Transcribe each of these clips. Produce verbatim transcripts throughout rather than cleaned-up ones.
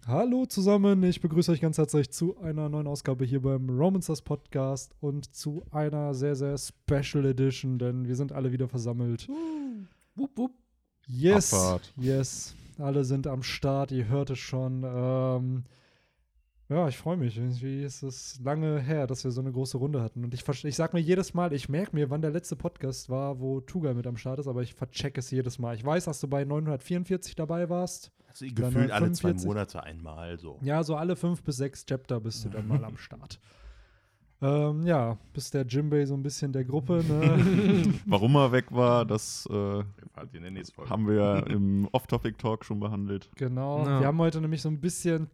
Hallo zusammen, ich begrüße euch ganz herzlich zu einer neuen Ausgabe hier beim Romancers Podcast und zu einer sehr, sehr Special Edition, denn wir sind alle wieder versammelt. Uh, wupp, wupp. Yes, Abfahrt. yes, alle sind am Start, ihr hört es schon. Ähm, ja, ich freue mich. Irgendwie ist es lange her, dass wir so eine große Runde hatten. Und ich, verste- ich sag mir jedes Mal, ich merke mir, wann der letzte Podcast war, wo Tugai mit am Start ist, aber ich vercheck es jedes Mal. Ich weiß, dass du bei neunhundertvierundvierzig dabei warst. Also gefühlt alle zwei fünfundvierzig. Monate einmal so. Ja, so alle fünf bis sechs Chapter bist du dann mal am Start. Ähm, ja, bist der Jimbei so ein bisschen der Gruppe, ne? Warum er weg war, das äh, Erfahrt ihr in der nächsten Folge. haben wir ja im Off-Topic-Talk schon behandelt. Genau. Ja. Wir haben heute nämlich so ein bisschen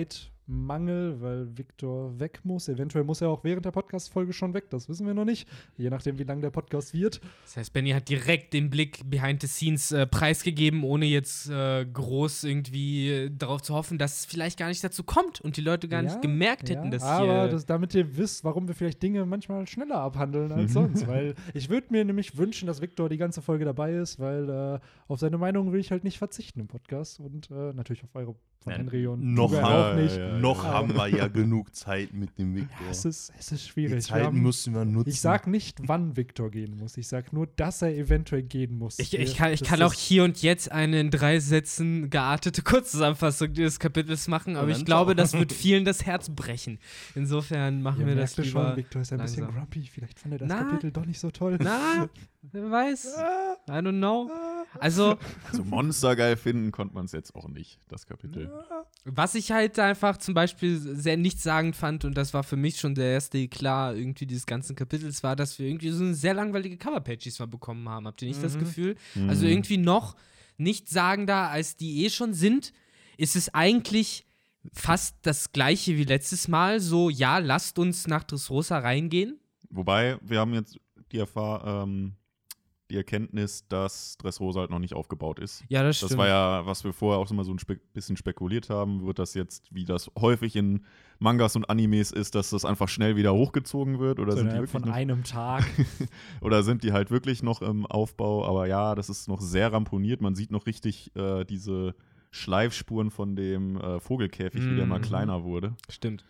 Zeitmangel, weil Victor weg muss. Eventuell muss er auch während der Podcast-Folge schon weg, das wissen wir noch nicht. Je nachdem, wie lang der Podcast wird. Das heißt, Benny hat direkt den Blick behind the scenes äh, preisgegeben, ohne jetzt äh, groß irgendwie äh, darauf zu hoffen, dass es vielleicht gar nicht dazu kommt und die Leute gar Ja, nicht gemerkt hätten, ja, dass aber hier das, damit ihr wisst, warum wir vielleicht Dinge manchmal schneller abhandeln als sonst. Weil ich würde mir nämlich wünschen, dass Victor die ganze Folge dabei ist, weil äh, auf seine Meinung will ich halt nicht verzichten im Podcast und äh, natürlich auf eure von Ja, Henry und noch Tugai haben- auch nicht. Ja, ja, Noch ja. haben wir ja genug Zeit mit dem Victor. Ja, es ist, es ist Die schwierig. Wir Zeit haben, müssen wir nutzen. ich sag nicht, wann Victor gehen muss. Ich sag nur, dass er eventuell gehen muss. Ich, ich kann, ich Das kann ist- auch hier und jetzt eine in drei Sätzen geartete Kurzzusammenfassung dieses Kapitels machen, aber dann ich glaube, ciao. das wird vielen das Herz brechen. Insofern machen Ihr wir merkt das es lieber. schon, Victor ist ein bisschen langsam. grumpy. Vielleicht fand er das Na? Kapitel doch nicht so toll. Na, wer weiß? I don't know. Also, Also Monster geil finden konnte man es jetzt auch nicht, das Kapitel. was ich halt einfach zum Beispiel sehr nichtssagend fand, und das war für mich schon der erste Eklat irgendwie dieses ganzen Kapitels, war, dass wir irgendwie so eine sehr langweilige Coverpage diesmal bekommen haben. Habt ihr nicht das Mhm. Gefühl? Mhm. Also irgendwie noch nichtssagender, als die eh schon sind, ist es eigentlich fast das gleiche wie letztes Mal. So, ja, lasst uns nach Dressrosa reingehen. Wobei, wir haben jetzt die, Erfahr ähm, die Erkenntnis, dass Dressrosa halt noch nicht aufgebaut ist. Ja, das stimmt. Das war ja, was wir vorher auch so mal so ein spe bisschen spekuliert haben, wird das jetzt, wie das häufig in Mangas und Animes ist, dass das einfach schnell wieder hochgezogen wird? Oder, So sind, die innerhalb wirklich von noch, einem Tag. oder sind die halt wirklich noch im Aufbau? Aber ja, das ist noch sehr ramponiert. Man sieht noch richtig äh, diese Schleifspuren von dem äh, Vogelkäfig, wie der Mhm. mal kleiner wurde. Stimmt.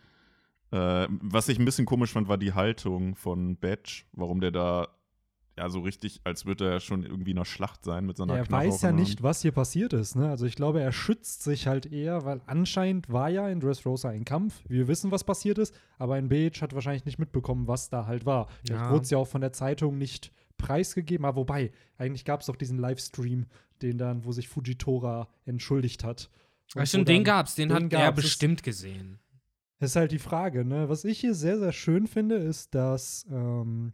Äh, was ich ein bisschen komisch fand, war die Haltung von Badge, warum der da ja so richtig, als würde er schon irgendwie in einer Schlacht sein mit seiner Er Knarre weiß auf ja der nicht, Hand. was hier passiert ist. Ne? Also ich glaube, er schützt sich halt eher, weil anscheinend war ja in Dressrosa ein Kampf. Wir wissen, was passiert ist, aber ein Beige hat wahrscheinlich nicht mitbekommen, was da halt war. Vielleicht Ja. wurde es ja auch von der Zeitung nicht preisgegeben. Aber wobei, eigentlich gab es doch diesen Livestream, den dann, wo sich Fujitora entschuldigt hat. Ja, Und stimmt, wo den dann- gab's, den, den hat er gab's. bestimmt gesehen. Das ist halt die Frage, ne? Was ich hier sehr, sehr schön finde, ist, dass ähm,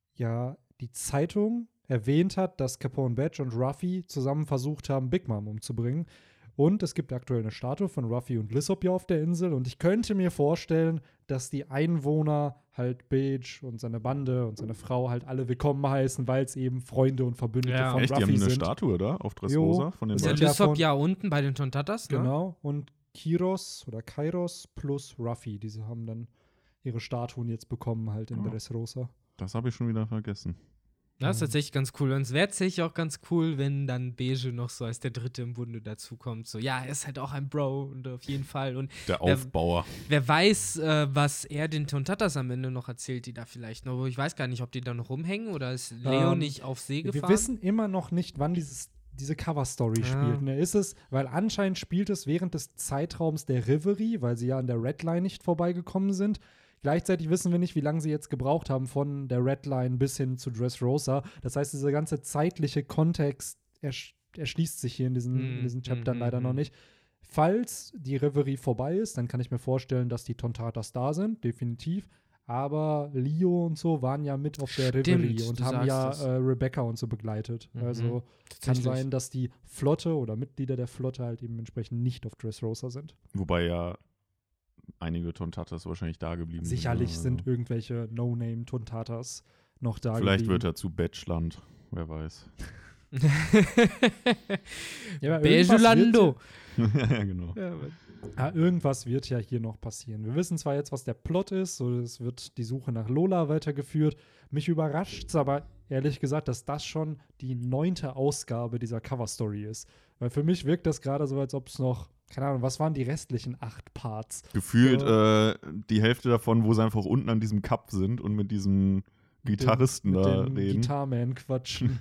ja die Zeitung erwähnt hat, dass Capone Badge und Ruffy zusammen versucht haben, Big Mom umzubringen. Und es gibt aktuell eine Statue von Ruffy und Lissop hier auf der Insel. Und ich könnte mir vorstellen, dass die Einwohner halt Badge und seine Bande und seine Frau halt alle willkommen heißen, weil es eben Freunde und Verbündete Ja. von Echt, die Ruffy haben eine sind. Statue da auf Dressrosa Jo. von den Ist der Und beiden? ja Lysop von- ja unten bei den Tontatas, ne? Genau. Und Kiros oder Kairos plus Ruffy, diese haben dann ihre Statuen jetzt bekommen halt in Oh. Dressrosa. Das habe ich schon wieder vergessen. Das ist tatsächlich ganz cool. Und es wäre tatsächlich auch ganz cool, wenn dann Beige noch so als der Dritte im Bunde dazukommt. So, ja, er ist halt auch ein Bro und auf jeden Fall. Und Der Wer- Aufbauer. wer weiß, äh, was er den Tontatas am Ende noch erzählt, die da vielleicht noch. Ich weiß gar nicht, ob die da noch rumhängen oder ist Leo Ähm, nicht auf See Wir gefahren? wissen immer noch nicht, wann dieses, diese Cover-Story Ja. spielt. Ne? Ist es, weil anscheinend spielt es während des Zeitraums der Reverie, weil sie ja an der Redline nicht vorbeigekommen sind. Gleichzeitig wissen wir nicht, wie lange sie jetzt gebraucht haben von der Redline bis hin zu Dressrosa. Das heißt, dieser ganze zeitliche Kontext ersch erschließt sich hier in diesen, Mm, in diesen Chaptern mm, leider mm, noch mm. nicht. Falls die Reverie vorbei ist, dann kann ich mir vorstellen, dass die Tontatas da sind, definitiv. Aber Leo und so waren ja mit auf der Stimmt, Reverie und du haben ja sagst es. äh, Rebecca und so begleitet. Mhm. Also kann Tatsächlich. sein, dass die Flotte oder Mitglieder der Flotte halt eben entsprechend nicht auf Dressrosa sind. Wobei ja einige Tontatas wahrscheinlich da geblieben Sicherlich sind. sind irgendwelche No-Name-Tontatas noch da Vielleicht geblieben. wird er zu Batchland, wer weiß. Ja, aber irgendwas Begelando. Ja, genau. Ja, irgendwas wird ja hier noch passieren. Wir wissen zwar jetzt, was der Plot ist, so es wird die Suche nach Lola weitergeführt. Mich überrascht es aber ehrlich gesagt, dass das schon die neunte Ausgabe dieser Cover-Story ist. Weil für mich wirkt das gerade so, als ob es noch keine Ahnung, was waren die restlichen acht Parts? Gefühlt Ja. äh, die Hälfte davon, wo sie einfach unten an diesem Cup sind und mit diesem Gitarristen mit da dem reden. Guitarman quatschen.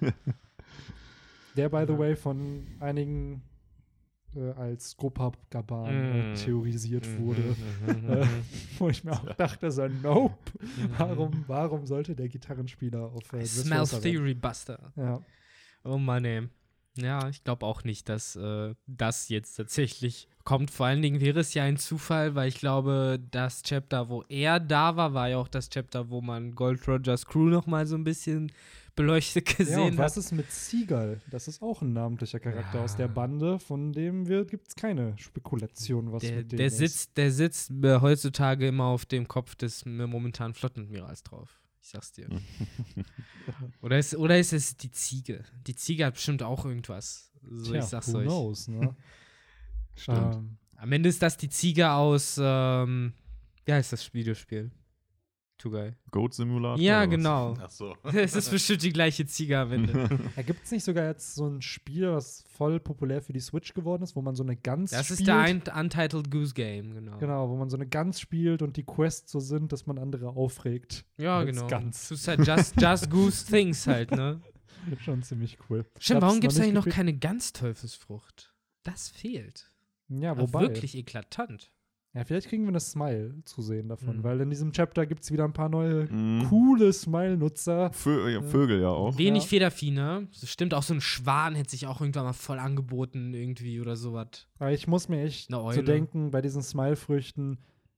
Der, by the way, von einigen äh, als Gopap-Gaban äh, Mm. theorisiert Mhm, wurde. mhm, mhm, Äh, mhm. wo ich mir auch dachte, so, nope. Warum, warum sollte der Gitarrenspieler auf äh, Smell Dressrosa rennen? Theory Buster. Ja. Oh Mann, ey. Ja, ich glaube auch nicht, dass äh, das jetzt tatsächlich kommt. Vor allen Dingen wäre es ja ein Zufall, weil ich glaube, das Chapter, wo er da war, war ja auch das Chapter, wo man Gold Rogers Crew noch mal so ein bisschen beleuchtet Ja, gesehen und was hat. ist mit Seagull? Das ist auch ein namentlicher Charakter Ja. aus der Bande, von dem gibt es keine Spekulation, was Der, mit dem der ist. sitzt, der sitzt äh, heutzutage immer auf dem Kopf des äh, momentanen Flottenadmirals drauf. Ich sag's dir. Oder ist, oder ist es die Ziege? Die Ziege hat bestimmt auch irgendwas. So, Tja, ich sag's who euch. knows, ne? Stimmt. Ähm, Am Ende ist das die Ziege aus, ähm, wie heißt das Videospiel? Too geil. Goat Simulator? Ja, oder was? genau. Ach so. Es ist bestimmt die gleiche Ziege am Ende. ja, gibt es nicht sogar jetzt so ein Spiel, was voll populär für die Switch geworden ist, wo man so eine Gans Das spielt? ist der ein Untitled Goose Game, genau. Genau, wo man so eine Gans spielt und die Quests so sind, dass man andere aufregt. Ja, als genau. Gans. Das ist halt just, just Goose Things halt, ne? Schon ziemlich cool. Stimmt, Ich warum hab's gibt es noch eigentlich nicht noch keine Ganzteufelsfrucht? Das fehlt. gespielt. Ja, Aber wobei. wirklich eklatant. Ja, vielleicht kriegen wir eine Smile zu sehen davon, Mhm. weil in diesem Chapter gibt es wieder ein paar neue Mhm. coole Smile-Nutzer. Vö ja, Vögel ja auch. Wenig Ja. Federvieh, ne? Das stimmt, auch so ein Schwan hätte sich auch irgendwann mal voll angeboten, irgendwie oder sowas. Aber ich muss mir echt Eine so Eule. denken, bei diesen Smile-Früchten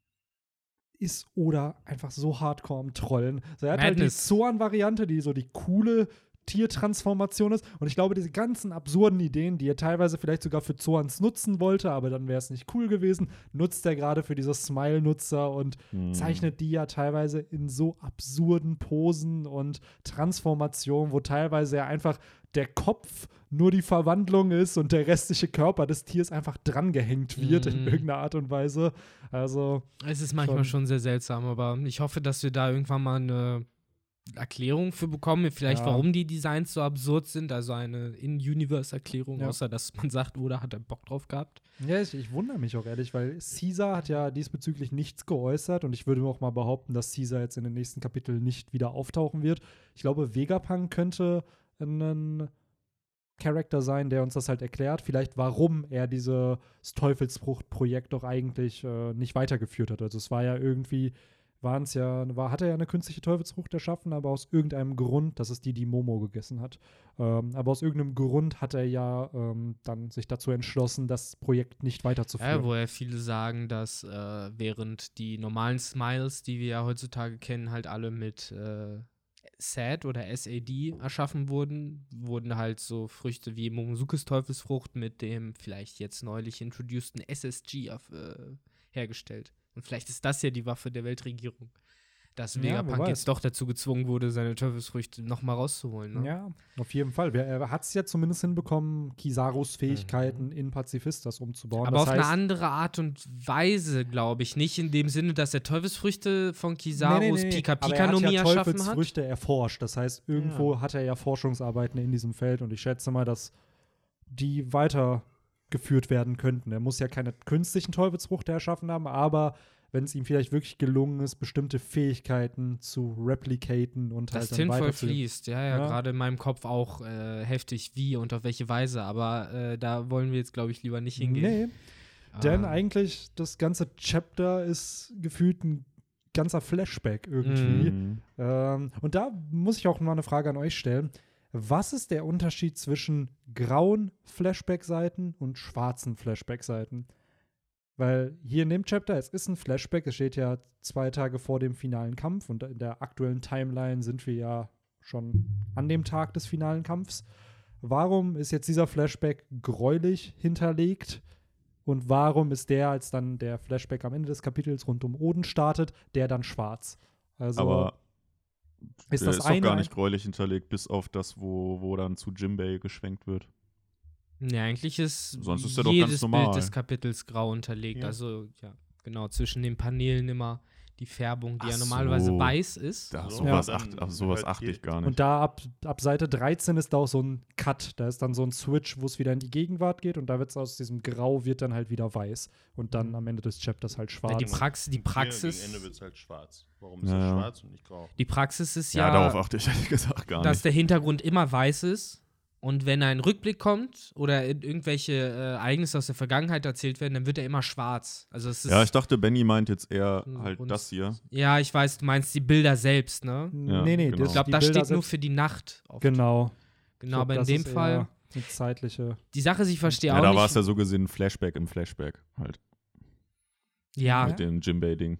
ist Oda einfach so hardcore am Trollen. So, er hat halt die Madness. Zoan-Variante, die so die coole Tiertransformation ist. Und ich glaube, diese ganzen absurden Ideen, die er teilweise vielleicht sogar für Zoans nutzen wollte, aber dann wäre es nicht cool gewesen, nutzt er gerade für diese Smile-Nutzer und Hm. zeichnet die ja teilweise in so absurden Posen und Transformationen, wo teilweise ja einfach der Kopf nur die Verwandlung ist und der restliche Körper des Tiers einfach drangehängt wird in Mhm. irgendeiner Art und Weise. Also, Es ist manchmal Schon. schon sehr seltsam, aber ich hoffe, dass wir da irgendwann mal eine Erklärung für bekommen, vielleicht Ja. warum die Designs so absurd sind, also eine In-Universe-Erklärung, Ja. außer dass man sagt, oder hat er Bock drauf gehabt. ja, ich, ich wundere mich auch ehrlich, weil Caesar hat ja diesbezüglich nichts geäußert und ich würde auch mal behaupten, dass Caesar jetzt in den nächsten Kapiteln nicht wieder auftauchen wird. Ich glaube, Vegapunk könnte ein Charakter sein, der uns das halt erklärt, vielleicht warum er dieses Teufelsfrucht-Projekt doch eigentlich äh, nicht weitergeführt hat. Also es war ja irgendwie, waren es ja, war, hat er ja eine künstliche Teufelsfrucht erschaffen, aber aus irgendeinem Grund, das ist die, die Momo gegessen hat, ähm, aber aus irgendeinem Grund hat er ja ähm, dann sich dazu entschlossen, das Projekt nicht weiterzuführen. Ja, wo ja viele sagen, dass äh, während die normalen Smiles, die wir ja heutzutage kennen, halt alle mit äh, S A D oder S A D erschaffen wurden, wurden halt so Früchte wie Momosukes Teufelsfrucht mit dem vielleicht jetzt neulich introduceden S S G auf, äh, hergestellt. Und vielleicht ist das ja die Waffe der Weltregierung. Dass Ja, wer Vegapunk weiß. jetzt doch dazu gezwungen wurde, seine Teufelsfrüchte nochmal rauszuholen. Ne? Ja, auf jeden Fall. Wer- Er hat es ja zumindest hinbekommen, Kisarus Fähigkeiten in Pazifistas umzubauen. Aber das auf heißt, eine andere Art und Weise, glaube ich. Nicht in dem Sinne, dass er Teufelsfrüchte von Kisarus Pika Aber Pika er hat no Mi ja erschaffen hat. Teufelsfrüchte erforscht. Das heißt, irgendwo hat er ja Forschungsarbeiten in diesem Feld und ich schätze mal, dass die weitergeführt werden könnten. Er muss ja keine künstlichen Teufelsfrüchte erschaffen haben, aber wenn es ihm vielleicht wirklich gelungen ist, bestimmte Fähigkeiten zu replicaten und Das halt dann Tinfoil weiter zu fließt, ja, ja, Ja. gerade in meinem Kopf auch äh, heftig, wie und auf welche Weise, aber äh, da wollen wir jetzt, glaube ich, lieber nicht hingehen. Nee, denn Ah. eigentlich das ganze Chapter ist gefühlt ein ganzer Flashback irgendwie. Mhm. Ähm, und da muss ich auch mal eine Frage an euch stellen. Was ist der Unterschied zwischen grauen Flashback-Seiten und schwarzen Flashback-Seiten? Weil hier in dem Chapter, es ist ein Flashback, es steht ja zwei Tage vor dem finalen Kampf und in der aktuellen Timeline sind wir ja schon an dem Tag des finalen Kampfs. Warum ist jetzt dieser Flashback gräulich hinterlegt? Und warum ist der, als dann der Flashback am Ende des Kapitels rund um Oden startet, der dann schwarz? Also Aber ist der das ist doch eine gar nicht gräulich hinterlegt, bis auf das, wo, wo dann zu Jimbei geschwenkt wird. Ja, eigentlich ist, Sonst ist er doch jedes ganz normal. Bild des Kapitels grau unterlegt. Ja. Also, ja, genau, zwischen den Paneelen immer die Färbung, die Ach ja normalerweise so. weiß ist. Da, So, sowas dann acht, auf sowas hört achte ihr- ich gar nicht. Und da ab, ab Seite dreizehn ist da auch so ein Cut. Da ist dann so ein Switch, wo es wieder in die Gegenwart geht und da wird es aus diesem Grau wird dann halt wieder weiß. Und dann am Ende des Chapters halt Ja, schwarz. die Prax- die Und hier Praxis- Gegen Ende wird es halt schwarz. Warum ist Ja, das ja. schwarz und nicht grau? Die Praxis ist ja, ja, darauf achte ich ehrlich gesagt gar dass nicht. der Hintergrund immer weiß ist. Und wenn ein Rückblick kommt oder in- irgendwelche äh, Ereignisse aus der Vergangenheit erzählt werden, dann wird er immer schwarz. Also es ist Ja, ich dachte, Benny meint jetzt eher Hm, halt und- das hier. ja, ich weiß, du meinst die Bilder selbst, ne? Ja, nee, nee, genau. das, Ich glaube, die das Bilder steht nur selbst- für die Nacht. Oft. Genau. Genau, Ich aber glaub, in das dem ist Fall, eher eine zeitliche. die Sache ist, ich verstehe Ja, auch da war es nicht. ja so gesehen Flashback im Flashback halt. Ja, Mit dem Jimbei-Ding.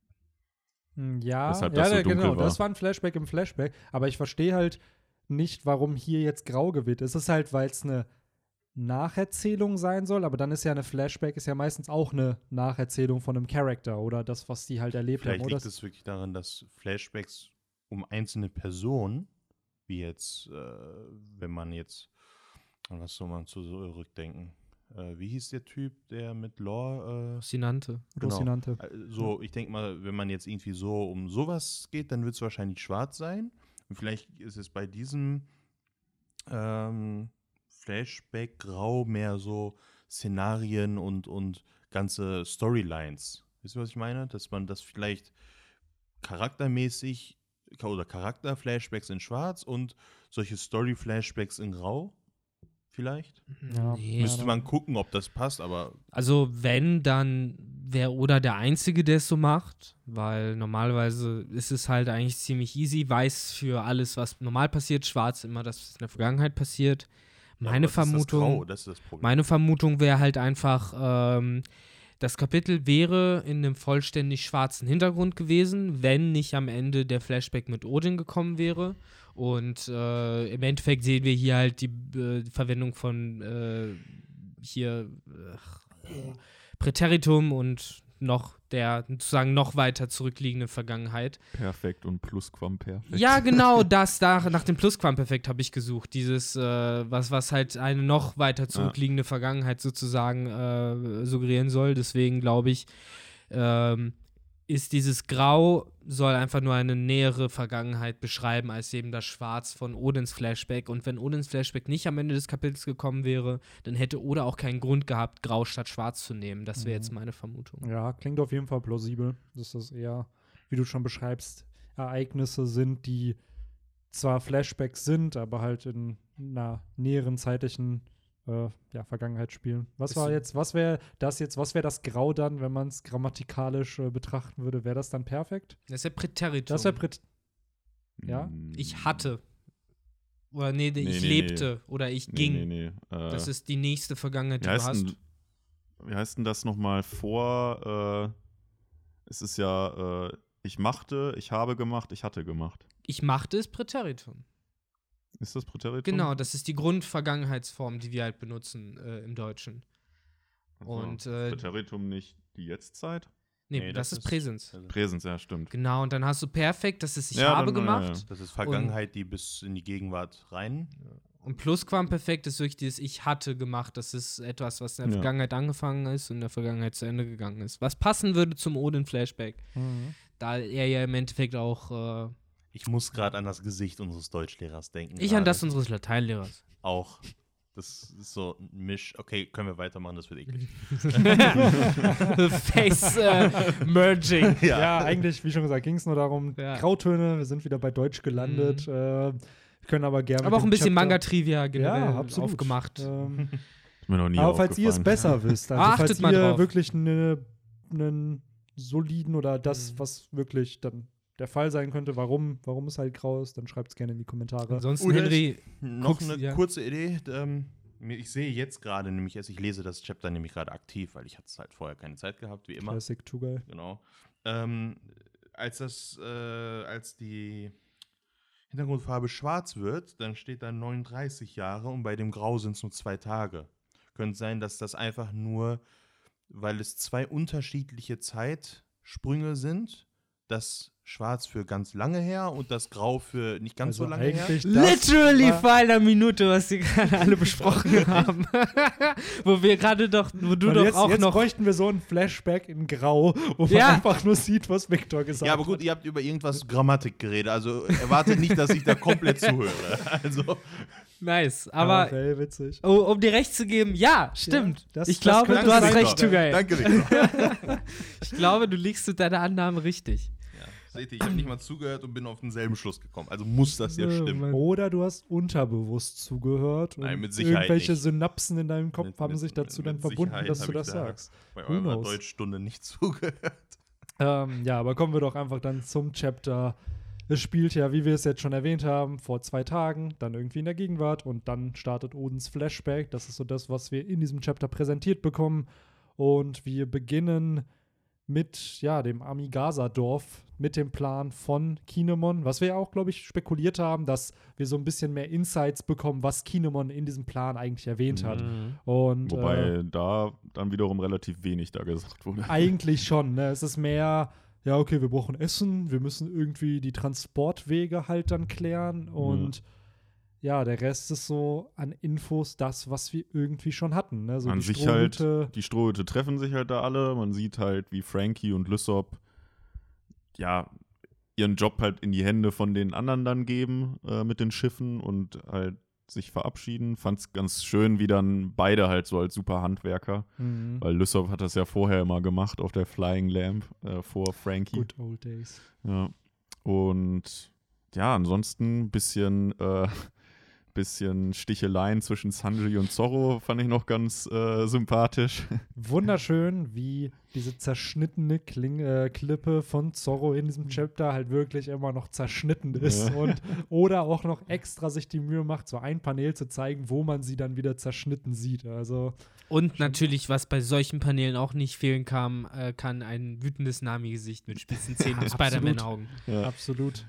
Hm, Ja, Weshalb ja, das so ja, genau, dunkel war. das war ein Flashback im Flashback. Aber ich verstehe halt nicht, warum hier jetzt grau gewählt ist. Es ist halt, weil es eine Nacherzählung sein soll, aber dann ist ja eine Flashback, ist ja meistens auch eine Nacherzählung von einem Charakter oder das, was die halt erlebt Vielleicht haben. Oder liegt es wirklich daran, dass Flashbacks um einzelne Personen, wie jetzt, äh, wenn man jetzt, an was soll man zurückdenken? Äh, wie hieß der Typ, der mit Lore, äh, Sinante. genau. Rosinante. äh, so, ich denke mal, wenn man jetzt irgendwie so um sowas geht, dann wird es wahrscheinlich schwarz sein. Und vielleicht ist es bei diesem ähm, Flashback grau mehr so Szenarien und, und ganze Storylines. Wisst ihr, was ich meine? Dass man das vielleicht charaktermäßig oder Charakter-Flashbacks in schwarz und solche Story-Flashbacks in grau vielleicht. Ja. Nee, Müsste aber- man gucken, ob das passt, aber Also wenn, dann wäre Oda der Einzige, der es so macht, weil normalerweise ist es halt eigentlich ziemlich easy, weiß für alles, was normal passiert, schwarz immer, das, was in der Vergangenheit passiert. ja, Meine was ist das Vermutung, Grau? Das ist das Problem. meine Vermutung wäre halt einfach, ähm, das Kapitel wäre in einem vollständig schwarzen Hintergrund gewesen, wenn nicht am Ende der Flashback mit Odin gekommen wäre. Und äh, im Endeffekt sehen wir hier halt die äh, Verwendung von äh, hier äh, Präteritum und noch der sozusagen noch weiter zurückliegenden Vergangenheit. Perfekt und Plusquamperfekt. Ja, genau das, da, nach dem Plusquamperfekt habe ich gesucht. Dieses, äh, was, was halt eine noch weiter zurückliegende Vergangenheit sozusagen äh, suggerieren soll. Deswegen glaube ich, ähm, ist dieses Grau, soll einfach nur eine nähere Vergangenheit beschreiben, als eben das Schwarz von Odins Flashback. Und wenn Odins Flashback nicht am Ende des Kapitels gekommen wäre, dann hätte Oda auch keinen Grund gehabt, Grau statt Schwarz zu nehmen. Das wäre Mhm. jetzt meine Vermutung. Ja, klingt auf jeden Fall plausibel, dass das eher, wie du schon beschreibst, Ereignisse sind, die zwar Flashbacks sind, aber halt in einer näheren zeitlichen äh, ja, Vergangenheit spielen. Was Ist war so- jetzt, was wäre das jetzt, was wäre das Grau dann, wenn man es grammatikalisch äh, betrachten würde? Wäre das dann perfekt? Das ist ja Präteritum. Das wäre Prät ja? Mm, Ich hatte. Oder nee, Nee, ich nee, lebte. Oder ich Nee, ging. nee, nee. Äh, Das ist die nächste Vergangenheit, wie, die du heißt hast. denn, wie heißt denn das nochmal vor? Äh, es ist ja, äh, ich machte, ich habe gemacht, ich hatte gemacht. Ich machte es Präteritum. Ist das Präteritum? Genau, das ist die Grundvergangenheitsform, die wir halt benutzen äh, im Deutschen. Ach so. und, äh, Präteritum nicht die Jetztzeit? Nee, Nee, das, das ist ist- Präsens. Also, Präsens, ja, stimmt. Genau, und dann hast du perfekt, das ist ich Ja, habe dann, ja, gemacht. ja. das ist Vergangenheit, die bis in die Gegenwart rein. Und Plusquamperfekt ist wirklich dieses ich hatte gemacht. Das ist etwas, was in der Ja. Vergangenheit angefangen ist und in der Vergangenheit zu Ende gegangen ist. Was passen würde zum Odin-Flashback. Mhm. Da er ja im Endeffekt auch äh, Ich muss gerade an das Gesicht unseres Deutschlehrers denken. ich an gerade. das unseres Lateinlehrers. Auch. Das ist so ein Misch. Okay, können wir weitermachen, das wird eklig. Face äh, Merging. Ja. eigentlich, wie schon gesagt, ging es nur darum, Ja. Grautöne, wir sind wieder bei Deutsch gelandet, Mhm. äh, können aber gerne Aber auch mit ein dem bisschen Chapter- Manga-Trivia generell ja, absolut. aufgemacht. Ähm, Ist mir noch nie aber falls ihr es aufgefallen. besser wisst, also Achtet falls mal ihr drauf. wirklich einen ne soliden oder das, Mhm. was wirklich dann der Fall sein könnte, warum, warum es halt grau ist, dann schreibt es gerne in die Kommentare. Ansonsten, Oder Henry, Noch Guck's, eine ja. kurze Idee. Ähm, mir- ich sehe jetzt gerade nämlich, erst ich lese das Chapter nämlich gerade aktiv, weil ich hatte es halt vorher keine Zeit gehabt, wie immer. Classic Tugai. Genau. Ähm, als das, äh, als die Hintergrundfarbe schwarz wird, dann steht da neununddreißig Jahre und bei dem Grau sind es nur zwei Tage. Könnte sein, dass das einfach nur, weil es zwei unterschiedliche Zeitsprünge sind, das Schwarz für ganz lange her und das Grau für nicht ganz Also so lange her. eigentlich das Literally war- vor einer Minute, was wir gerade alle besprochen haben. Wo wir gerade doch, wo du Und doch jetzt, auch jetzt noch. bräuchten wir so ein Flashback in Grau, wo man Ja. einfach nur sieht, was Victor gesagt Ja, aber gut, hat. ihr habt über irgendwas Grammatik geredet, also erwartet nicht, dass ich da komplett zuhöre. Also, Nice, Aber aber ja, weit. oh, um dir recht zu geben, ja, stimmt. das- ich das glaube, könnte du hast sein, recht, Victor. Tugay. danke, Victor. Ich glaube, du liegst mit deiner Annahme richtig. Ja, seht ihr, ich habe nicht mal zugehört und bin auf denselben Schluss gekommen. Also muss das ja stimmen. Oder du hast unterbewusst zugehört und Nein, mit Sicherheit irgendwelche nicht. Synapsen in deinem Kopf Mit- haben mit- sich dazu mit dann verbunden, Sicherheit dass hab du ich das da sagst. Bei Who eurer knows? Deutschstunde nicht zugehört. Ähm, ja, aber kommen wir doch einfach dann zum Chapter. Es spielt ja, wie wir es jetzt schon erwähnt haben, vor zwei Tagen, dann irgendwie in der Gegenwart und dann startet Odins Flashback. Das ist so das, was wir in diesem Chapter präsentiert bekommen. Und wir beginnen mit ja, dem Amigasa-Dorf, mit dem Plan von Kinemon, was wir ja auch, glaube ich, spekuliert haben, dass wir so ein bisschen mehr Insights bekommen, was Kinemon in diesem Plan eigentlich erwähnt hat. Mhm. Und Wobei äh, da dann wiederum relativ wenig da gesagt wurde. eigentlich schon, ne? Es ist mehr, ja, okay, wir brauchen Essen, wir müssen irgendwie die Transportwege halt dann klären und ja, der Rest ist so an Infos das, was wir irgendwie schon hatten, ne? So An die sich halt, Strohhüte. die Strohhüte treffen sich halt da alle. Man sieht halt, wie Frankie und Lysop ja ihren Job halt in die Hände von den anderen dann geben äh, mit den Schiffen und halt sich verabschieden. Fand's ganz schön, wie dann beide halt so als super Handwerker, Mhm. weil Lysop hat das ja vorher immer gemacht auf der Flying Lamp äh, vor Frankie. Good old days. Ja. Und ja, ansonsten ein bisschen, äh, bisschen Sticheleien zwischen Sanji und Zorro fand ich noch ganz äh, sympathisch. Wunderschön, wie diese zerschnittene Kling äh, Klippe von Zorro in diesem Chapter halt wirklich immer noch zerschnitten ist Ja. und oder auch noch extra sich die Mühe macht, so ein Panel zu zeigen, wo man sie dann wieder zerschnitten sieht. Also Und natürlich, was bei solchen Paneelen auch nicht fehlen kann, äh, kann ein wütendes Nami-Gesicht mit spitzen Zähnen und Absolut. Spider-Man-Augen. Ja. absolut.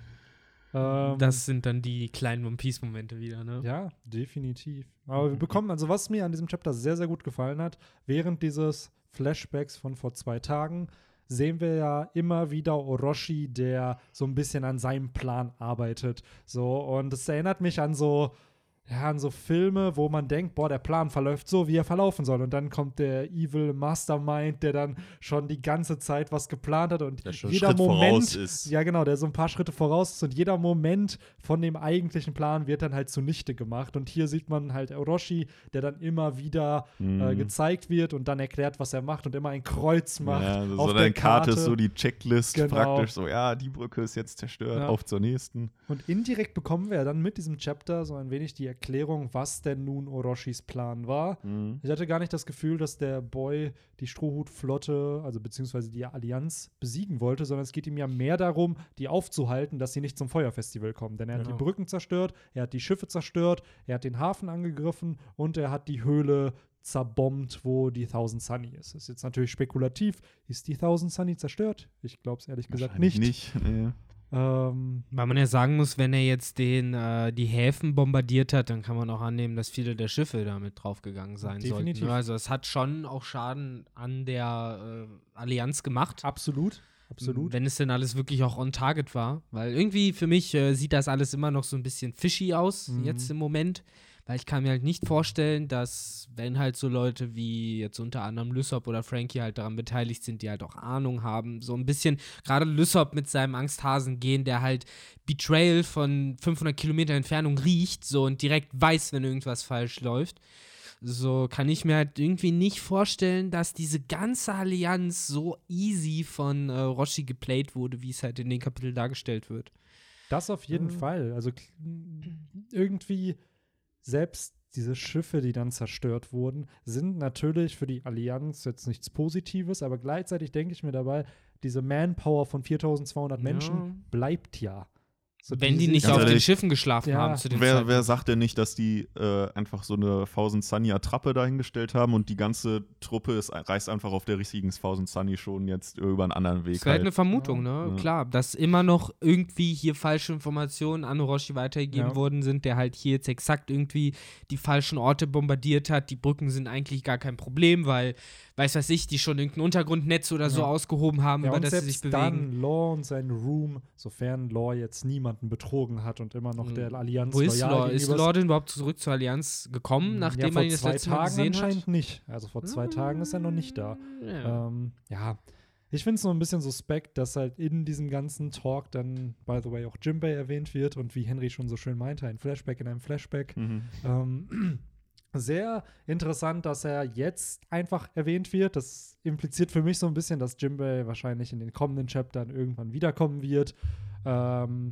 Ähm, Das sind dann die kleinen One Piece-Momente wieder, ne? Ja, definitiv. Aber wir bekommen, also was mir an diesem Chapter sehr, sehr gut gefallen hat, während dieses Flashbacks von vor zwei Tagen sehen wir ja immer wieder Orochi, der so ein bisschen an seinem Plan arbeitet. So, und es erinnert mich an so, ja, an so Filme, wo man denkt, boah, der Plan verläuft so, wie er verlaufen soll. Und dann kommt der Evil Mastermind, der dann schon die ganze Zeit was geplant hat und Der schon jeder Schritt Moment voraus ist. ja, genau, der so ein paar Schritte voraus ist und jeder Moment von dem eigentlichen Plan wird dann halt zunichte gemacht. Und hier sieht man halt Orochi, der dann immer wieder äh, Mhm. gezeigt wird und dann erklärt, was er macht und immer ein Kreuz macht Ja, so auf deine der Karte Karte. ist so die Checklist Genau. praktisch, so ja, die Brücke ist jetzt zerstört, Ja. auf zur nächsten. Und indirekt bekommen wir dann mit diesem Chapter so ein wenig die Erklärung, was denn nun Orochis Plan war. Mhm. Ich hatte gar nicht das Gefühl, dass der Boy die Strohhutflotte, also beziehungsweise die Allianz besiegen wollte, sondern es geht ihm ja mehr darum, die aufzuhalten, dass sie nicht zum Feuerfestival kommen. Denn er hat Genau. die Brücken zerstört, er hat die Schiffe zerstört, er hat den Hafen angegriffen und er hat die Höhle zerbombt, wo die Thousand Sunny ist. Das ist jetzt natürlich spekulativ. Ist die Thousand Sunny zerstört? Ich glaube es ehrlich gesagt Wahrscheinlich nicht. nicht. Nee. Ähm, Weil man ja sagen muss, wenn er jetzt den, äh, die Häfen bombardiert hat, dann kann man auch annehmen, dass viele der Schiffe damit draufgegangen sein Definitiv. sollten. Also es hat schon auch Schaden an der äh, Allianz gemacht. absolut. Absolut. Wenn es denn alles wirklich auch on target war. Weil irgendwie für mich äh, sieht das alles immer noch so ein bisschen fishy aus, Mhm. jetzt im Moment. Weil ich kann mir halt nicht vorstellen, dass, wenn halt so Leute wie jetzt unter anderem Lysop oder Frankie halt daran beteiligt sind, die halt auch Ahnung haben, so ein bisschen, gerade Lysop mit seinem Angsthasen gehen, der halt Betrayal von fünfhundert Kilometer Entfernung riecht, so und direkt weiß, wenn irgendwas falsch läuft. So kann ich mir halt irgendwie nicht vorstellen, dass diese ganze Allianz so easy von äh, Roshi geplayt wurde, wie es halt in den Kapiteln dargestellt wird. Das auf jeden Äh. Fall. Also k- irgendwie selbst diese Schiffe, die dann zerstört wurden, sind natürlich für die Allianz jetzt nichts Positives, aber gleichzeitig denke ich mir dabei, diese Manpower von viertausendzweihundert Menschen Ja. bleibt ja. So Wenn die dieses- nicht Ganz auf den ehrlich, Schiffen geschlafen ja. haben zu dem Wer, Zeitpunkt. wer sagt denn nicht, dass die äh, einfach so eine Thousand Sunny Attrappe dahingestellt haben und die ganze Truppe ist, reist einfach auf der richtigen Thousand Sunny schon jetzt über einen anderen Weg Das wäre halt eine halt. Vermutung, ne? Ja. Klar, dass immer noch irgendwie hier falsche Informationen an Orochi weitergegeben Ja. worden sind, der halt hier jetzt exakt irgendwie die falschen Orte bombardiert hat. Die Brücken sind eigentlich gar kein Problem, weil, weiß was ich, die schon irgendein Untergrundnetz oder so Ja. ausgehoben haben, Ja, über und das sie sich selbst bewegen. dann Law und sein Room, sofern Law jetzt niemanden betrogen hat und immer noch der Allianz Wo ist loyal Law? Ist gegenüber Law denn überhaupt zurück zur Allianz gekommen, nachdem ja, man vor ihn das zwei letzte Mal Tagen gesehen anscheinend hat? nicht. Also vor zwei Tagen ist er noch nicht da. Ja. Ähm, ja, ich finde es nur ein bisschen suspekt, dass halt in diesem ganzen Talk dann, by the way, auch Jinbei erwähnt wird und wie Henry schon so schön meinte, ein Flashback in einem Flashback. Mhm. Ähm, sehr interessant, dass er jetzt einfach erwähnt wird. Das impliziert für mich so ein bisschen, dass Jinbei wahrscheinlich in den kommenden Chaptern irgendwann wiederkommen wird. Ähm,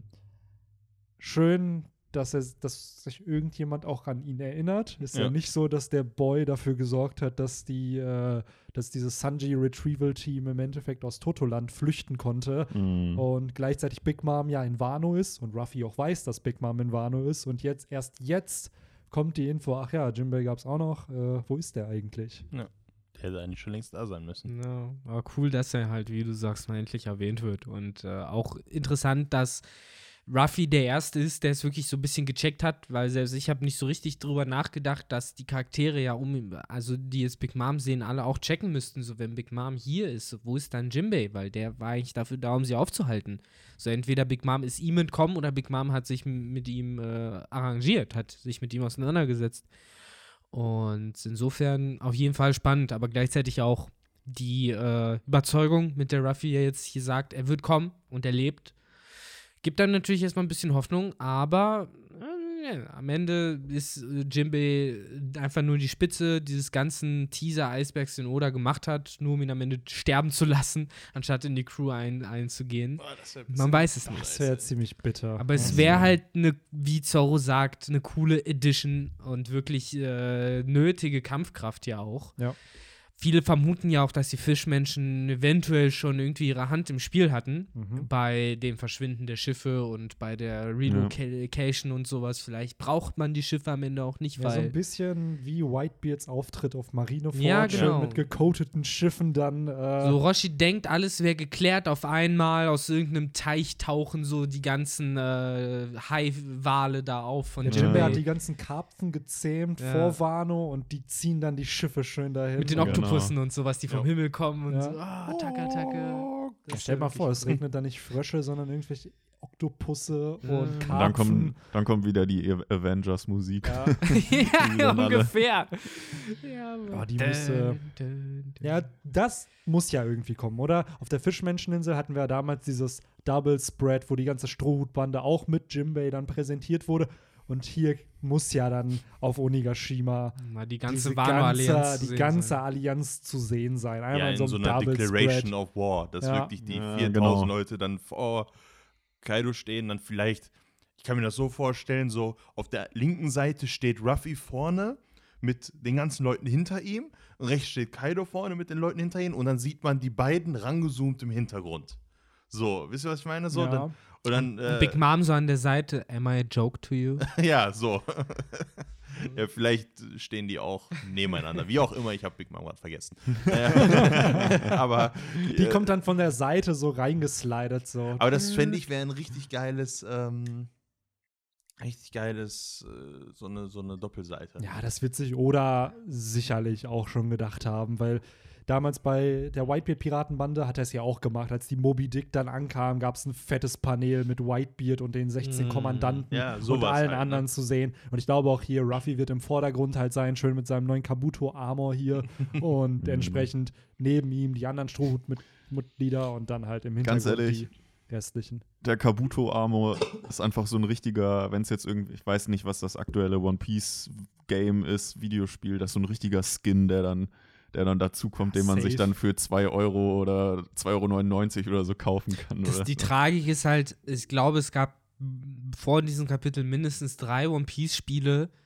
schön, dass, er, dass sich irgendjemand auch an ihn erinnert. Ist ja. Ja. nicht so, dass der Boy dafür gesorgt hat, dass die, äh, dass dieses Sanji Retrieval Team im Endeffekt aus Totoland flüchten konnte. Mhm. Und gleichzeitig Big Mom ja in Wano ist und Ruffy auch weiß, dass Big Mom in Wano ist. Und jetzt, erst jetzt kommt die Info, ach ja, Jinbei gab es auch noch. Äh, wo ist der eigentlich? Der hätte eigentlich schon längst da sein müssen. Ja, aber cool, dass er halt, wie du sagst, mal endlich erwähnt wird. Und äh, auch interessant, dass Ruffy der Erste ist, der es wirklich so ein bisschen gecheckt hat, weil selbst ich habe nicht so richtig drüber nachgedacht, dass die Charaktere ja um, also die jetzt Big Mom sehen, alle auch checken müssten, so wenn Big Mom hier ist, wo ist dann Jinbei? Weil der war eigentlich dafür da, um sie aufzuhalten. So entweder Big Mom ist ihm entkommen oder Big Mom hat sich m- mit ihm äh, arrangiert, hat sich mit ihm auseinandergesetzt. Und insofern auf jeden Fall spannend, aber gleichzeitig auch die äh, Überzeugung, mit der Ruffy ja jetzt hier sagt, er wird kommen und er lebt. Gibt dann natürlich erstmal ein bisschen Hoffnung, aber äh, ja, am Ende ist äh, Jinbei einfach nur die Spitze dieses ganzen Teaser-Eisbergs, den Oda gemacht hat, nur um ihn am Ende sterben zu lassen, anstatt in die Crew ein, einzugehen. Man weiß es nicht. Das wäre ziemlich bitter. Aber es Ja. wäre halt eine, wie Zorro sagt, eine coole Edition und wirklich äh, nötige Kampfkraft ja auch. Ja. Viele vermuten ja auch, dass die Fischmenschen eventuell schon irgendwie ihre Hand im Spiel hatten Mhm. bei dem Verschwinden der Schiffe und bei der Relocation und sowas. Vielleicht braucht man die Schiffe am Ende auch nicht, Ja, so weil ein bisschen wie Whitebeards Auftritt auf Marineford, Ja, genau. schön mit gecoateten Schiffen dann. Äh, so Roshi denkt, alles wäre geklärt auf einmal, aus irgendeinem Teich tauchen so die ganzen äh, Haiwale da auf von der Ja. Jinbei Jinbei. hat die ganzen Karpfen gezähmt Ja. vor Wano und die ziehen dann die Schiffe schön dahin. Mit den Und- Oktopussen und sowas, die vom Ja. Himmel kommen und Ja. so, ah, Taka, Taka. Oh, Das stell ist mal wirklich- vor, es regnet da nicht Frösche, sondern irgendwelche Oktopusse Ja. und Und Und Karpfen. dann kommt, dann kommt wieder die A- Avengers-Musik. Ja. ja, dann alle. ungefähr. Ja, Mann. Oh, die müsste- Dun, dun, dun. Ja, das muss ja irgendwie kommen, oder? Auf der Fischmenscheninsel hatten wir ja damals dieses Double Spread, wo die ganze Strohhutbande auch mit Jinbei dann präsentiert wurde. Und hier muss ja dann auf Onigashima Mal die diese ganze ganze, Wano-Allianz zu die sehen ganze sein. Allianz zu sehen sein. Einmal Ja, in in so so einem einer Double Declaration Spread. of War, dass Ja. wirklich die Ja, viertausend genau. Leute dann vor Kaido stehen, dann vielleicht, ich kann mir das so vorstellen, so auf der linken Seite steht Ruffy vorne mit den ganzen Leuten hinter ihm und rechts steht Kaido vorne mit den Leuten hinter ihm und dann sieht man die beiden rangezoomt im Hintergrund. So, wisst ihr, was ich meine? So, Ja. dann, und dann, Und äh, Big Mom so an der Seite, am I a joke to you? ja, so. Ja, vielleicht stehen die auch nebeneinander. Wie auch immer, ich habe Big Mom gerade vergessen. Äh, aber Die äh, kommt dann von der Seite so reingeslidet. So. Aber das fände ich wäre ein richtig geiles, ähm, richtig geiles, äh, so eine so eine Doppelseite. Ja, das wird sich Oda sicherlich auch schon gedacht haben, weil damals bei der Whitebeard-Piratenbande hat er es ja auch gemacht. Als die Moby Dick dann ankam, gab es ein fettes Panel mit Whitebeard und den sechzehn Mm, Kommandanten ja, und sowas allen halt, anderen ne? zu sehen. Und ich glaube auch hier, Ruffy wird im Vordergrund halt sein, schön mit seinem neuen Kabuto-Armor hier und entsprechend neben ihm die anderen Strohhut-Mitglieder und dann halt im Ganz Hintergrund ehrlich. die restlichen. Der Kabuto-Armor ist einfach so ein richtiger, wenn es jetzt irgendwie, ich weiß nicht, was das aktuelle One Piece-Game ist, Videospiel, das ist so ein richtiger Skin, der dann, der dann dazukommt, den man sich Safe. dann für zwei Euro oder zwei Euro neunundneunzig oder so kaufen kann. Das, oder? die Tragik ist halt, ich glaube, es gab vor diesem Kapitel mindestens drei One Piece-Spiele,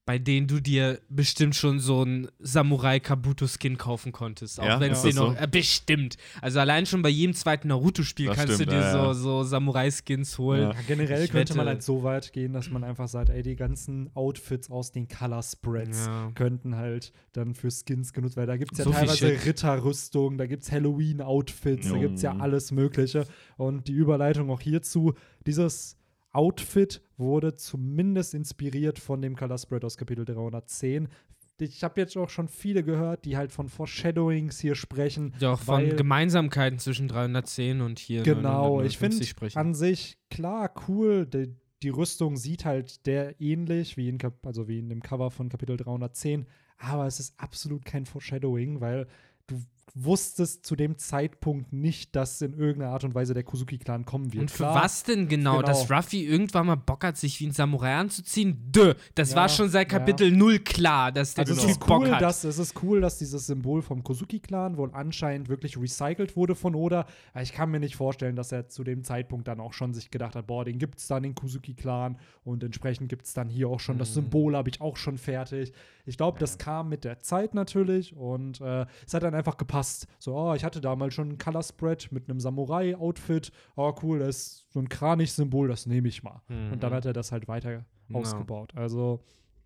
bei denen du dir bestimmt schon so einen Samurai-Kabuto-Skin kaufen konntest. Auch Ja? wenn es Ja. den noch. Ist das Äh, bestimmt. Also allein schon bei jedem zweiten Naruto-Spiel Das kannst stimmt, du dir ja, so, ja. so Samurai-Skins holen. Ja. Ja, generell Ich könnte man wette- halt so weit gehen, dass man einfach sagt, ey, die ganzen Outfits aus den Color Spreads Ja. könnten halt dann für Skins genutzt werden. Da gibt es ja So viel teilweise Shit. Ritterrüstung, da gibt es Halloween-Outfits, da Mhm. gibt es ja alles Mögliche. Und die Überleitung auch hierzu, dieses Outfit wurde zumindest inspiriert von dem Color Spread aus Kapitel dreihundertzehn. Ich habe jetzt auch schon viele gehört, die halt von Foreshadowings hier sprechen. Ja, auch von weil- Gemeinsamkeiten zwischen dreihundertzehn und hier Genau, ich finde neunhundertneunundfünfzig sprechen. an sich klar cool. Die, die Rüstung sieht halt der ähnlich wie in, Kap also wie in dem Cover von Kapitel dreihundertzehn, aber es ist absolut kein Foreshadowing, weil du wusstest zu dem Zeitpunkt nicht, dass in irgendeiner Art und Weise der Kuzuki-Clan kommen wird. Und für Klar, was denn genau? genau. Dass Ruffy irgendwann mal Bock hat, sich wie ein Samurai anzuziehen? Dö, das Ja, war schon seit ja. Kapitel null klar, dass der Also Typ es ist Bock cool, hat. dass es ist cool, dass dieses Symbol vom Kozuki-Clan wohl anscheinend wirklich recycelt wurde von Oda. Aber ich kann mir nicht vorstellen, dass er zu dem Zeitpunkt dann auch schon sich gedacht hat, boah, den gibt es dann, den Kozuki-Clan, und entsprechend gibt es dann hier auch schon das Mhm. Symbol, habe ich auch schon fertig. Ich glaube, das kam mit der Zeit natürlich und äh, es hat dann einfach gepasst. So, oh, ich hatte damals schon einen Color Spread mit einem Samurai-Outfit. Oh, cool, das ist so ein Kranich-Symbol, das nehme ich mal. Mhm. Und dann hat er das halt weiter Genau. ausgebaut. Also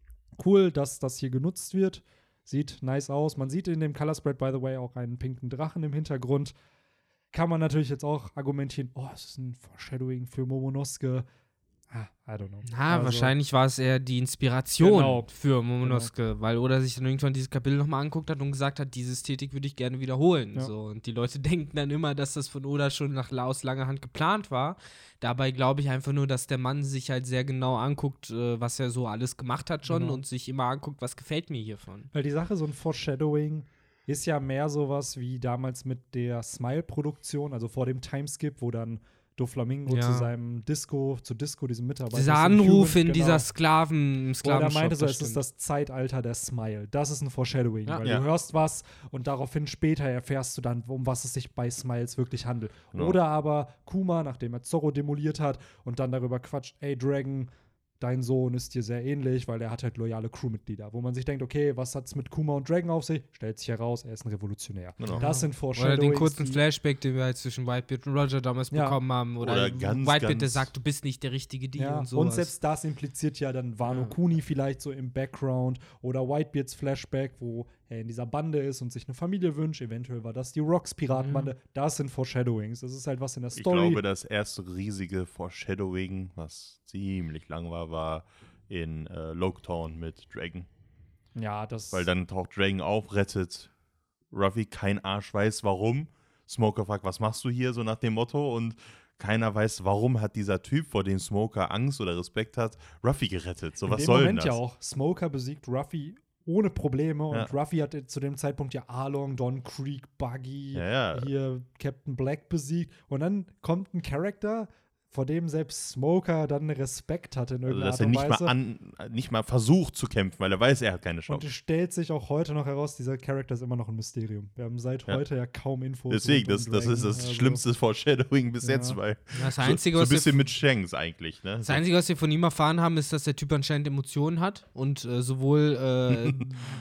cool, dass das hier genutzt wird. Sieht nice aus. Man sieht in dem Color Spread, by the way, auch einen pinken Drachen im Hintergrund. Kann man natürlich jetzt auch argumentieren, oh, es ist ein Foreshadowing für Momonosuke. Ah, I don't know. Na, Also, wahrscheinlich war es eher die Inspiration Genau. für Momonosuke, weil Oda sich dann irgendwann dieses Kapitel nochmal angeguckt hat und gesagt hat, diese Ästhetik würde ich gerne wiederholen. Ja. So. Und die Leute denken dann immer, dass das von Oda schon nach aus langer Hand geplant war. Dabei glaube ich einfach nur, dass der Mann sich halt sehr genau anguckt, äh, was er so alles gemacht hat schon Genau. und sich immer anguckt, was gefällt mir hiervon. Weil die Sache, so ein Foreshadowing ist ja mehr sowas wie damals mit der Smile-Produktion, also vor dem Timeskip, wo dann Doflamingo Ja. zu seinem Disco, zu Disco, diesem Mitarbeiter. Dieser aus dem Anruf Human, in genau. dieser Sklaven, Wo er Sklavenshop, meinte, so, das es ist stimmt. das Zeitalter der Smile. Das ist ein Foreshadowing, Ja. weil Ja. du hörst was und daraufhin später erfährst du dann, um was es sich bei Smiles wirklich handelt. Genau. Oder aber Kuma, nachdem er Zorro demoliert hat und dann darüber quatscht, ey Dragon, dein Sohn ist dir sehr ähnlich, weil er hat halt loyale Crewmitglieder. Wo man sich denkt, okay, was hat's mit Kuma und Dragon auf sich? Stellt sich heraus, er ist ein Revolutionär. Genau. Das sind Oder Foreshadowings. den kurzen die- Flashback, den wir halt zwischen Whitebeard und Roger damals Ja. bekommen haben. Oder, Oder ganz, Whitebeard, der ganz- sagt, du bist nicht der richtige Deal Ja, und und, sowas. selbst das impliziert ja dann Wano Ja. Kuni vielleicht so im Background oder Whitebeards Flashback, wo er in dieser Bande ist und sich eine Familie wünscht. Eventuell war das die Rocks-Piratenbande. Das sind Foreshadowings. Das ist halt was in der Ich Story. glaube, das erste riesige Foreshadowing, was ziemlich lang war, war in äh, Loketown mit Dragon. ja, das Weil dann taucht Dragon auf, rettet Ruffy, kein Arsch weiß warum. Smoker fragt, was machst du hier, so nach dem Motto, und keiner weiß, warum hat dieser Typ, vor dem Smoker Angst oder Respekt hat, Ruffy gerettet. So, in was dem soll denn Moment das? ja auch. Smoker besiegt Ruffy ohne Probleme und Ja. Ruffy hat zu dem Zeitpunkt ja Arlong, Don Creek, Buggy, Ja, ja. hier Captain Black besiegt. Und dann kommt ein Charakter, vor dem selbst Smoker dann Respekt hat in Also, irgendeiner dass Art er und nicht Weise. mal, an, nicht mal versucht zu kämpfen, weil er weiß, er hat keine Und Chance. es stellt sich auch heute noch heraus, dieser Charakter ist immer noch ein Mysterium. Wir haben seit Ja. heute ja kaum Infos. Deswegen, rund das, um das ist Dragon. das Also, schlimmste Foreshadowing bis Ja. jetzt, weil das so, Einzige, so ein was wir bisschen mit Shanks eigentlich, ne? Das Einzige, was wir von ihm erfahren haben, ist, dass der Typ anscheinend Emotionen hat und äh, sowohl äh,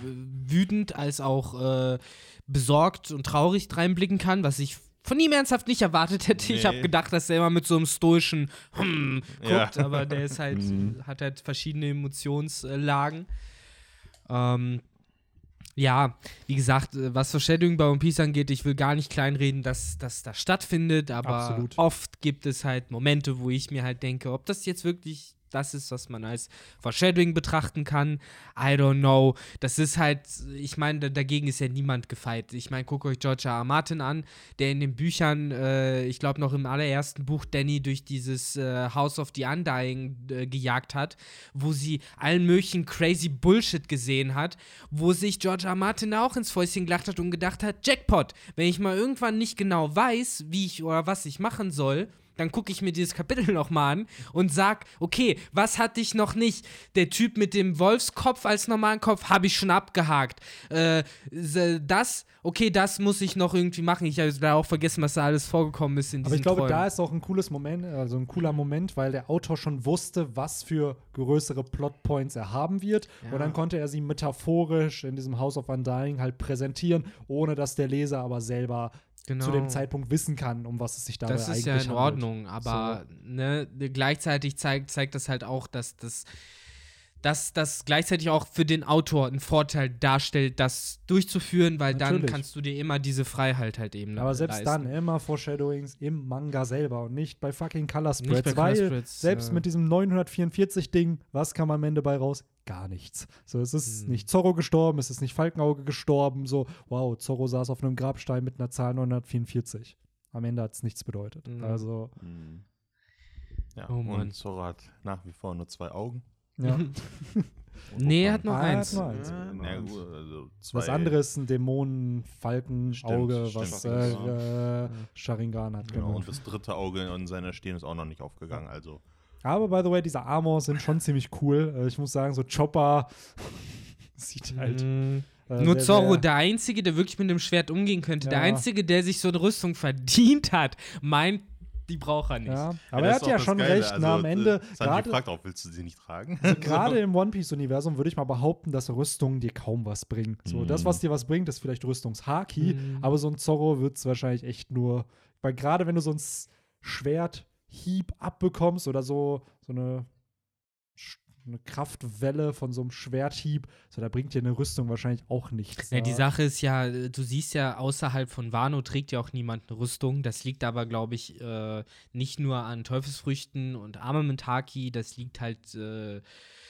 wütend als auch äh, besorgt und traurig reinblicken kann, was ich von ihm ernsthaft nicht erwartet hätte. Ich habe Nee. gedacht, dass er immer mit so einem stoischen hm Ja. guckt, aber der ist halt, Mhm. hat halt verschiedene Emotionslagen. Ähm, ja, wie gesagt, äh, was Foreshadowing bei One Piece angeht, ich will gar nicht kleinreden, dass das da stattfindet, aber Absolut. oft gibt es halt Momente, wo ich mir halt denke, ob das jetzt wirklich das ist, was man als Foreshadowing betrachten kann. I don't know. Das ist halt, ich meine, da- dagegen ist ja niemand gefeit. Ich meine, guckt euch George R. R. Martin an, der in den Büchern, äh, ich glaube noch im allerersten Buch Danny durch dieses äh, House of the Undying äh, gejagt hat, wo sie allen möglichen crazy Bullshit gesehen hat, wo sich George R. R. Martin auch ins Fäustchen gelacht hat und gedacht hat, Jackpot, wenn ich mal irgendwann nicht genau weiß, wie ich oder was ich machen soll, dann gucke ich mir dieses Kapitel nochmal an und sag, okay, was hatte ich noch nicht? Der Typ mit dem Wolfskopf als normalen Kopf habe ich schon abgehakt. Äh, das, okay, das muss ich noch irgendwie machen. Ich habe da auch vergessen, was da alles vorgekommen ist in diesen Aber ich glaube, Träumen. da ist auch ein cooles Moment, also ein cooler Moment, weil der Autor schon wusste, was für größere Plotpoints er haben wird. Ja. Und dann konnte er sie metaphorisch in diesem House of Undying halt präsentieren, ohne dass der Leser aber selber Genau. zu dem Zeitpunkt wissen kann, um was es sich dabei Das eigentlich ist ja in handelt. Ordnung, aber ne, gleichzeitig zeigt, zeigt das halt auch, dass das dass das gleichzeitig auch für den Autor einen Vorteil darstellt, das durchzuführen, weil Natürlich. dann kannst du dir immer diese Freiheit halt eben Aber selbst leisten. dann immer Foreshadowings im Manga selber und nicht bei fucking Color Nicht Spreads, bei weil Color Spreads, selbst ja. mit diesem neunhundertvierundvierzig-Ding, was kam am Ende bei raus? Gar nichts. So, es ist Hm. nicht Zorro gestorben, es ist nicht Falkenauge gestorben, so, wow, Zorro saß auf einem Grabstein mit einer Zahl neunhundertvierundvierzig. Am Ende hat es nichts bedeutet. Mhm. Also, Mhm. Ja, Oh Mann. und Zorro hat nach wie vor nur zwei Augen. ja. Nee, er hat noch Ah, er hat eins. nur eins. Ja, na eins. gut, also zwei. Das andere ist ein Dämonen-Falkenauge, Stimmt, was stimmt. äh, äh, Sharingan hat. Genau, Genau. und das dritte Auge in seiner Stirn ist auch noch nicht aufgegangen. Also Aber, by the way, diese Armors sind schon ziemlich cool. Äh, Ich muss sagen, so Chopper sieht halt. Mhm. äh, Nur sehr, Zorro, sehr- der Einzige, der wirklich mit dem Schwert umgehen könnte, der Ja. Einzige, der sich so eine Rüstung verdient hat, meint, die braucht er nicht. Ja, Ja, aber das er ist hat auch ja das schon Geile. recht. Also, Na, am äh, Ende, Sanji gerade fragt auch, willst du sie nicht tragen? also gerade im One Piece-Universum würde ich mal behaupten, dass Rüstungen dir kaum was bringen. So, Mhm. das, was dir was bringt, ist vielleicht Rüstungshaki, Mhm. aber so ein Zorro wird es wahrscheinlich echt nur, weil gerade wenn du so ein S- Schwerthieb abbekommst oder so, so eine, Sch- eine Kraftwelle von so einem Schwerthieb, so da bringt dir eine Rüstung wahrscheinlich auch nichts. Ja, die Ja. Sache ist ja, äh, du siehst ja, außerhalb von Wano trägt ja auch niemand eine Rüstung. Das liegt aber, glaube ich, äh, nicht nur an Teufelsfrüchten und Armament Haki, das liegt halt äh,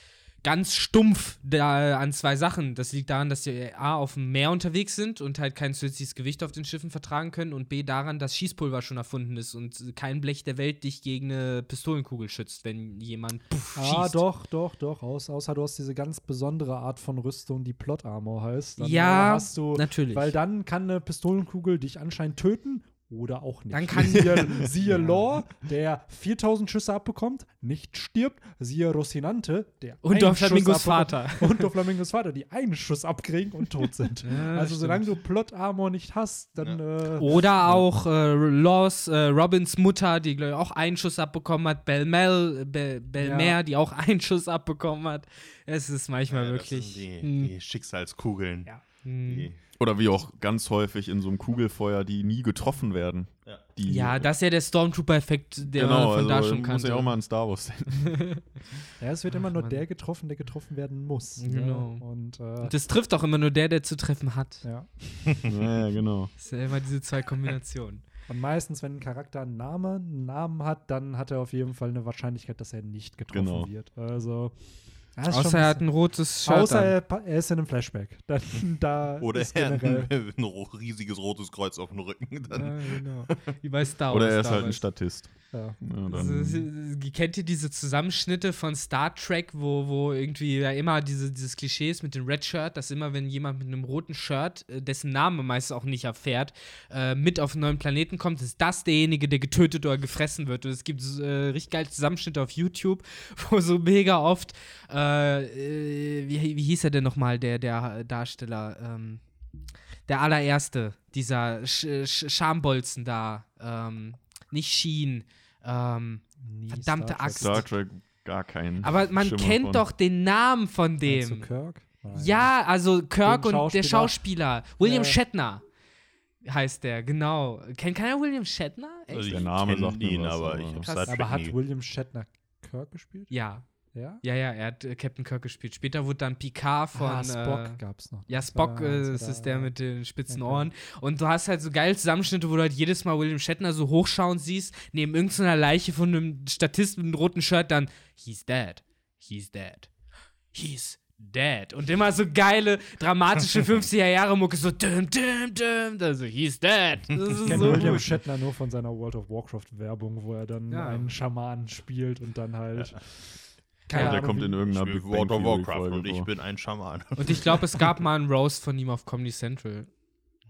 ganz stumpf da an zwei Sachen. Das liegt daran, dass die A auf dem Meer unterwegs sind und halt kein zusätzliches Gewicht auf den Schiffen vertragen können und B daran, dass Schießpulver schon erfunden ist und kein Blech der Welt dich gegen eine Pistolenkugel schützt, wenn jemand puff, Ah, schießt. doch, doch, doch. Aus, außer du hast diese ganz besondere Art von Rüstung, die Plot Armor heißt. Dann Ja, äh, hast du, natürlich. Weil dann kann eine Pistolenkugel dich anscheinend töten oder auch nicht. Dann kann- siehe, siehe Ja. Lore, der viertausend Schüsse abbekommt, nicht stirbt. Siehe Rocinante, der Und einen Doflamingos Schuss abbekommt. Vater. Und Doflamingos Vater, die einen Schuss abkriegen und tot sind. Ja, also stimmt. solange du Plot Armor nicht hast, dann äh, Oder auch äh, Laws, äh, Robins Mutter, die glaub ich, auch einen Schuss abbekommen hat, Belmel, Be Belmer, Ja. die auch einen Schuss abbekommen hat. Es ist manchmal Ja, wirklich. Das sind die, hm, die Schicksalskugeln. Ja. hm. Die, Oder wie auch ganz häufig in so einem Kugelfeuer, die nie getroffen werden. ja. Die, Ja, das ist ja der Stormtrooper-Effekt, der genau, man von da also schon muss kannte. ja auch mal an Star Wars denken. ja, es wird immer nur Mann. der getroffen, der getroffen werden muss. Genau. Ne? Und äh, Und das trifft auch immer nur der, der zu treffen hat. ja. ja, ja, genau. Das sind ja immer diese zwei Kombinationen. Und meistens, wenn ein Charakter einen Namen, einen Namen hat, dann hat er auf jeden Fall eine Wahrscheinlichkeit, dass er nicht getroffen Genau. wird. Also. das ist schon Außer er hat ein ein rotes bisschen- Shirt Außer an. er, pa- er ist in einem Flashback. Dann, da Oder ist er hat generell. ein, ein ro- riesiges rotes Kreuz auf dem Rücken. Dann. Ja, genau. Wie bei Star Wars. Oder er ist halt ein damals. Statist. Ja. Ja, Also, dann, sie- kennt ihr diese Zusammenschnitte von Star Trek, wo, wo irgendwie ja immer diese, dieses Klischee ist mit dem Red Shirt, dass immer, wenn jemand mit einem roten Shirt, äh, dessen Name man meistens auch nicht erfährt, äh, mit auf einen neuen Planeten kommt, ist das derjenige, der getötet oder gefressen wird. Und es gibt äh, richtig geile Zusammenschnitte auf YouTube, wo so mega oft, äh, äh, wie, wie hieß er denn nochmal, der, der Darsteller, ähm, der allererste, dieser Sch Sch Schambolzen da, ähm, nicht Sheen, ähm, Nie Verdammte Star Trek. Axt. Star Trek gar keinen. aber man Schimmer kennt von. doch den Namen von Meinst du dem. Kirk? Nein. Ja, also Kirk Den und der Schauspieler. Schauspieler. William Ja. Shatner heißt der, genau. Kennt keiner William Shatner? Echt? Also ich Der Name kenn sagt mir ihn, was, aber aber- ich habe Krass. Star Trek Aber hat nie. William Shatner Kirk gespielt? ja, Ja? ja, ja, er hat äh, Captain Kirk gespielt. Später wurde dann Picard von ah, Spock äh, gab's noch. Ja, Spock, Ah, äh, das das war ist da, der ja. mit den spitzen Okay. Ohren. Und du hast halt so geile Zusammenschnitte, wo du halt jedes Mal William Shatner so hochschauen siehst, neben irgendeiner Leiche von einem Statist mit einem roten Shirt, dann He's dead. He's dead. He's dead. Und immer so geile, dramatische fünfziger-Jahre-Mucke, so düm, düm, düm, also He's dead. Das Ich ist kenne so William gut. Shatner nur von seiner World of Warcraft-Werbung, wo er dann Ja. einen Schamanen spielt und dann halt. Ja, Keine der Ahnung, kommt in wie- Ich irgendeiner spiele Big Bang World of Theory Warcraft Folge und ich vor. bin ein Schaman. Und ich glaube, es gab mal einen Roast von ihm auf Comedy Central.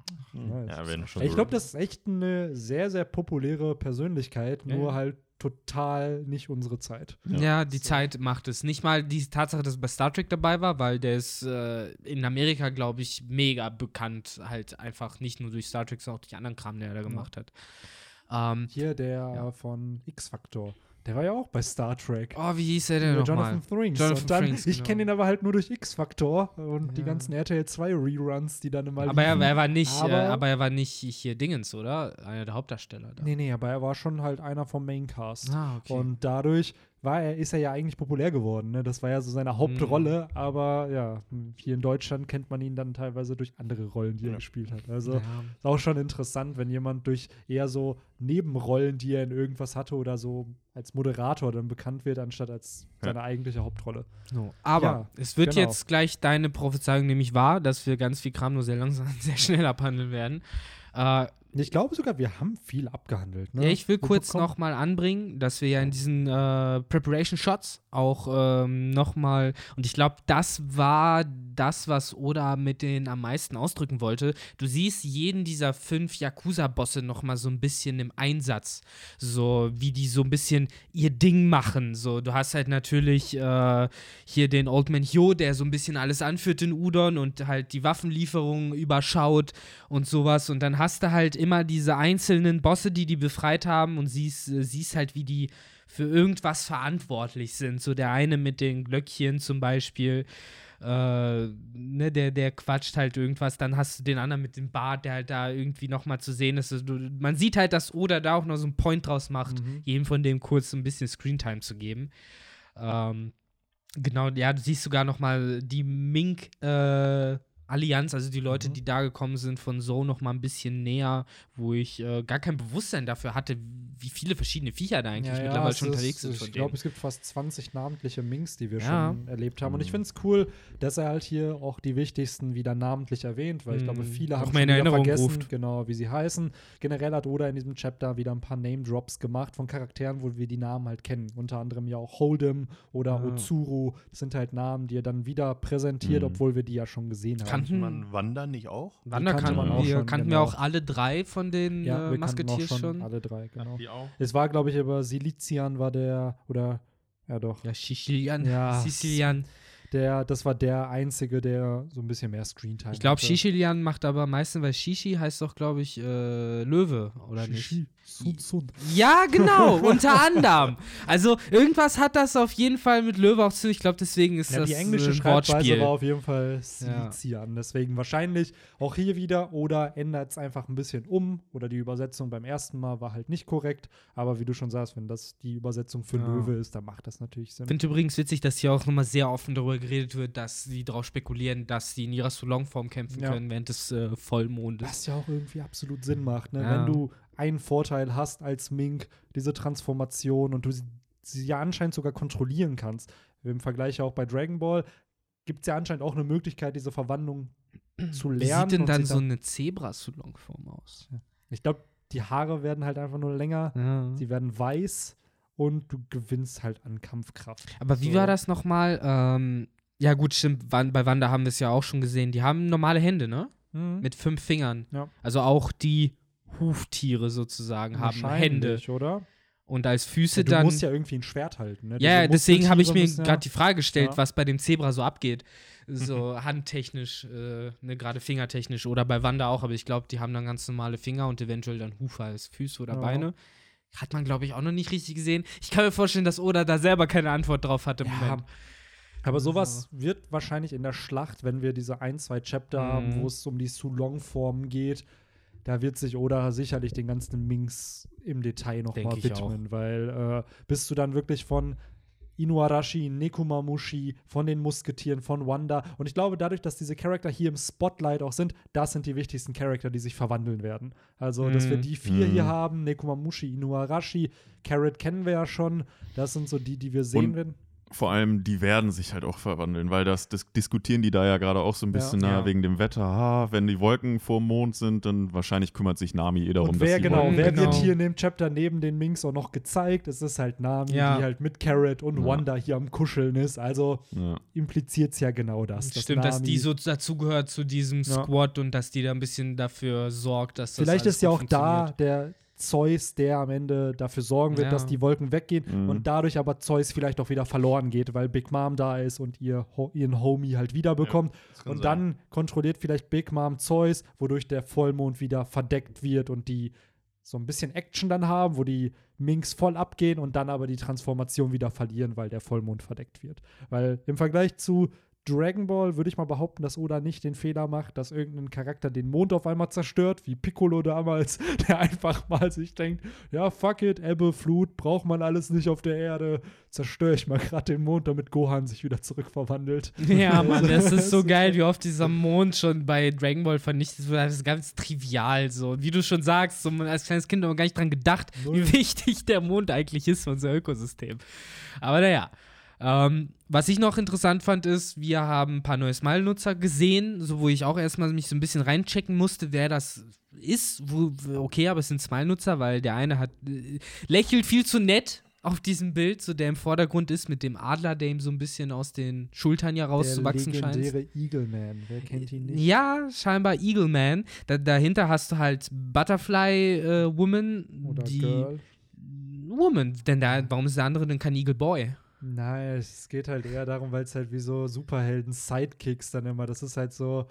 Ja, Ja, werden schon ich glaube, das ist echt eine sehr, sehr populäre Persönlichkeit, Ja. nur halt total nicht unsere Zeit. Ja, Ja. die So. Zeit macht es. Nicht mal die Tatsache, dass er bei Star Trek dabei war, weil der ist äh, in Amerika, glaube ich, mega bekannt. Halt einfach nicht nur durch Star Trek, sondern auch durch anderen Kram, den er da gemacht hat. Ähm, Hier der Ja. von X-Factor. Der war ja auch bei Star Trek. oh, wie hieß er denn Der nochmal? Jonathan Frakes. Jonathan und dann, Frakes, ich genau. kenne ihn aber halt nur durch X-Factor und die Ja. ganzen R T L zwei Reruns, die dann immer Aber er, liefen. er war nicht, Aber- äh, aber er war nicht hier Dingens, oder? Einer der Hauptdarsteller da. Nee, nee, aber er war schon halt einer vom Maincast. Ah, okay. Und dadurch war er, ist er ja eigentlich populär geworden. Ne? Das war ja so seine Hauptrolle, Mhm. aber ja, hier in Deutschland kennt man ihn dann teilweise durch andere Rollen, die er Ja. gespielt hat. Also ja. ist auch schon interessant, wenn jemand durch eher so Nebenrollen, die er in irgendwas hatte oder so als Moderator dann bekannt wird, anstatt als Ja. seine eigentliche Hauptrolle. So. Aber Ja, es wird genau. jetzt gleich deine Prophezeiung nämlich wahr, dass wir ganz viel Kram nur sehr langsam, sehr schnell abhandeln werden. Äh, Ich glaube sogar, wir haben viel abgehandelt. Ne? Ja, ich will Wir kurz bekommen- noch mal anbringen, dass wir ja in diesen äh, Preparation Shots auch ähm, noch mal, und ich glaube, das war das, was Oda mit denen am meisten ausdrücken wollte. Du siehst jeden dieser fünf Yakuza-Bosse noch mal so ein bisschen im Einsatz, so wie die so ein bisschen ihr Ding machen. So, du hast halt natürlich äh, hier den Old Man Hyo, der so ein bisschen alles anführt in Udon und halt die Waffenlieferungen überschaut und sowas. Und dann hast du halt immer diese einzelnen Bosse, die die befreit haben und siehst, äh, siehst halt, wie die für irgendwas verantwortlich sind. So der eine mit den Glöckchen zum Beispiel, äh, ne, der, der quatscht halt irgendwas. Dann hast du den anderen mit dem Bart, der halt da irgendwie nochmal zu sehen ist. Also, du, man sieht halt, dass Oda da auch noch so einen Point draus macht, Mhm. jedem von dem kurz so ein bisschen Screentime zu geben. Ähm, genau, ja, du siehst sogar nochmal die Mink, äh, Allianz, also die Leute, Mhm. die da gekommen sind von So noch mal ein bisschen näher, wo ich äh, gar kein Bewusstsein dafür hatte, wie viele verschiedene Viecher da eigentlich Ja, ja, mittlerweile es schon ist- unterwegs sind von Ich glaube, denen. es gibt fast zwanzig namentliche Minks, die wir Ja. schon erlebt haben. Und ich Mhm. finde es cool, dass er halt hier auch die wichtigsten wieder namentlich erwähnt, weil ich glaube, Mhm. viele Noch haben mal schon in wieder Erinnerung vergessen, ruft. genau, wie sie heißen. Generell hat Oda in diesem Chapter wieder ein paar Name-Drops gemacht von Charakteren, wo wir die Namen halt kennen. Unter anderem ja auch Hold'em oder Ah. Otsuru. Das sind halt Namen, die er dann wieder präsentiert, Mhm. obwohl wir die ja schon gesehen haben. Kannten- Man Wander nicht auch? Wander kannte kannten man auch wir, schon, kannten genau. wir auch alle drei von den Ja, äh, wir kannten auch Musketeers schon, schon. alle drei, genau. Die auch? Es war, glaube ich, aber Silizian war der, oder, ja doch. Ja, Shishilian, Ja, Sicilian. Der, das war der Einzige, der so ein bisschen mehr Screentime Ich glaube, hatte. Shishilian macht aber am meisten, weil Shishi heißt doch, glaube ich, äh, Löwe, oder Shishi, nicht? Sun Sun. Ja, genau, unter anderem. Also irgendwas hat das auf jeden Fall mit Löwe auch zu. Ich glaube, deswegen ist Ja, das die englische ein Schreibweise Wortspiel. war auf jeden Fall Silizian. Deswegen wahrscheinlich auch hier wieder oder ändert es einfach ein bisschen um. Oder die Übersetzung beim ersten Mal war halt nicht korrekt. Aber wie du schon sagst, wenn das die Übersetzung für Ja. Löwe ist, dann macht das natürlich Sinn. Ich finde übrigens witzig, dass hier auch nochmal sehr offen darüber geredet wird, dass sie darauf spekulieren, dass sie in ihrer Solong-Form kämpfen Ja. können während des äh, Vollmondes. Was ja auch irgendwie absolut Sinn macht, ne? Ja. Wenn du einen Vorteil hast als Mink, diese Transformation und du sie, sie ja anscheinend sogar kontrollieren kannst. Im Vergleich auch bei Dragon Ball gibt es ja anscheinend auch eine Möglichkeit, diese Verwandlung zu Wie lernen. sieht denn und dann sich so eine Zebra-Solong-Form aus? Ich glaube, die Haare werden halt einfach nur länger, Ja. sie werden weiß und du gewinnst halt an Kampfkraft. Aber wie So. war das nochmal? Ähm, ja, gut, stimmt. Wan- Bei Wanda haben wir es ja auch schon gesehen. Die haben normale Hände, ne? Mhm. Mit fünf Fingern. Ja. Also auch die Huftiere sozusagen haben Hände. Wahrscheinlich, oder? Und als Füße Ja, du dann. musst ja irgendwie ein Schwert halten. Ne? Ja, Diese deswegen habe ich mir Muskeltiere müssen ja- gerade die Frage gestellt, Ja. was bei dem Zebra so abgeht. So handtechnisch, äh, ne, gerade fingertechnisch oder bei Wanda auch, aber ich glaube, die haben dann ganz normale Finger und eventuell dann Hufe als Füße oder Ja. Beine. Hat man, glaube ich, auch noch nicht richtig gesehen. Ich kann mir vorstellen, dass Oda da selber keine Antwort drauf hat im Ja, Moment. Aber sowas wird wahrscheinlich in der Schlacht, wenn wir diese ein, zwei Chapter Mhm. haben, wo es um die Sulong-Form geht, da wird sich Oda sicherlich den ganzen Minks im Detail Denk nochmal ich widmen, weil äh, bis du dann wirklich von Inuarashi, Nekomamushi, von den Musketieren, von Wanda und ich glaube, dadurch, dass diese Charakter hier im Spotlight auch sind, das sind die wichtigsten Charakter, die sich verwandeln werden. Also, dass wir Mhm. die vier Mhm. hier haben, Nekomamushi, Inuarashi, Carrot kennen wir ja schon, das sind so die, die wir sehen Und- werden. Vor allem, die werden sich halt auch verwandeln, weil das, das diskutieren die da ja gerade auch so ein bisschen, Ja. na, Ja. wegen dem Wetter. Ha, wenn die Wolken vorm Mond sind, dann wahrscheinlich kümmert sich Nami eh darum, Und wer dass die genau, Wolken wer genau. wird hier in dem Chapter neben den Minks auch noch gezeigt? Es ist halt Nami, Ja. die halt mit Carrot und Ja. Wanda hier am Kuscheln ist. Also Ja. impliziert es ja genau das. dass Stimmt, dass Nami- die so dazugehört zu diesem Ja. Squad und dass die da ein bisschen dafür sorgt, dass das Vielleicht alles ist ja gut auch da funktioniert. der Zeus, der am Ende dafür sorgen wird, Ja. dass die Wolken weggehen Mhm. und dadurch aber Zeus vielleicht auch wieder verloren geht, weil Big Mom da ist und ihr Ho ihren Homie halt wiederbekommt. Das kann Und sein. dann kontrolliert vielleicht Big Mom Zeus, wodurch der Vollmond wieder verdeckt wird und die so ein bisschen Action dann haben, wo die Minks voll abgehen und dann aber die Transformation wieder verlieren, weil der Vollmond verdeckt wird. Weil im Vergleich zu Dragon Ball würde ich mal behaupten, dass Oda nicht den Fehler macht, dass irgendein Charakter den Mond auf einmal zerstört, wie Piccolo damals, der einfach mal sich denkt, ja, fuck it, Ebbe, Flut, braucht man alles nicht auf der Erde, zerstöre ich mal gerade den Mond, damit Gohan sich wieder zurückverwandelt. Ja, Mann, das ist so geil, wie oft dieser Mond schon bei Dragon Ball vernichtet wird. Das ist ganz trivial so. Und wie du schon sagst, so, als kleines Kind haben wir gar nicht dran gedacht, Null. wie wichtig der Mond eigentlich ist für unser Ökosystem. Aber naja. Ähm, was ich noch interessant fand, ist, wir haben ein paar neue Smile-Nutzer gesehen, so wo ich auch erstmal mich so ein bisschen reinchecken musste, wer das ist. Wo, okay, aber es sind Smile-Nutzer, weil der eine hat äh, lächelt viel zu nett auf diesem Bild, so der im Vordergrund ist, mit dem Adler, der ihm so ein bisschen aus den Schultern ja rauszuwachsen der scheint. legendäre Eagle Man, wer kennt ihn nicht? Ja, scheinbar Eagle Man. Da, dahinter hast du halt Butterfly äh, Woman, Oder die Girl. Woman. Denn da, warum ist der andere denn kein Eagle Boy? Nein, es geht halt eher darum, weil es halt wie so Superhelden-Sidekicks dann immer, das ist halt so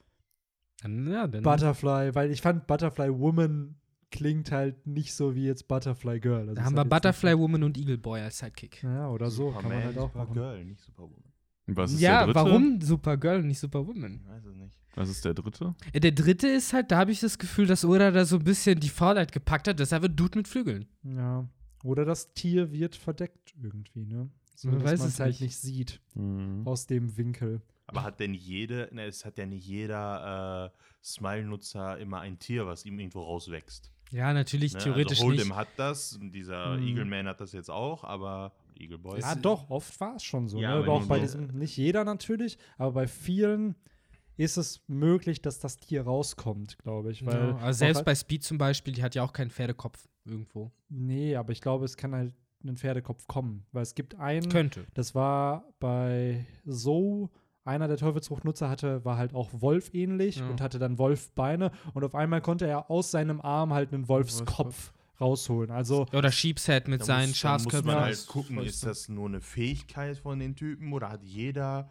Dann, ja, dann Butterfly, weil ich fand Butterfly Woman klingt halt nicht so wie jetzt Butterfly Girl. Das da ist haben wir halt jetzt Butterfly Woman und Eagle Boy als Sidekick. Nicht, ja, oder so, kann man halt auch machen. Supergirl, nicht Superwoman. Was ist Ja, der dritte? warum Supergirl und nicht Superwoman? Ich weiß es nicht. Was ist der dritte? Äh, Der dritte ist halt, da habe ich das Gefühl, dass Oda da so ein bisschen die Faulheit gepackt hat. Das ist einfach ein Dude mit Flügeln. Ja. Oder das Tier wird verdeckt irgendwie, ne? So, Man dass weiß man es es halt nicht. nicht sieht Mhm. aus dem Winkel. Aber hat denn jede, ne, es hat ja nicht jeder äh, Smile-Nutzer immer ein Tier, was ihm irgendwo rauswächst. Ja, natürlich, Ne? theoretisch also nicht. Hold'em hat das, und dieser Mhm. Eagle Man hat das jetzt auch, aber Eagle Boy. Ja, doch, oft war es schon so. Ja, ne? aber Aber auch nur bei so. diesem, nicht jeder natürlich, aber bei vielen ist es möglich, dass das Tier rauskommt, glaube ich. Weil Ja, also selbst auch bei Speed zum Beispiel, die hat ja auch keinen Pferdekopf irgendwo. Nee, aber ich glaube, es kann halt ein Pferdekopf kommen. Weil es gibt einen, Könnte. das war bei So, einer der Teufelsfruchtnutzer hatte, war halt auch Wolf-ähnlich Ja. und hatte dann Wolfbeine und auf einmal konnte er aus seinem Arm halt einen Wolfskopf rausholen. Also Oder Sheepshead mit Da seinen muss, da muss Schafsköpfen. man Ja, halt das gucken, weißt ist du. das nur eine Fähigkeit von den Typen oder hat jeder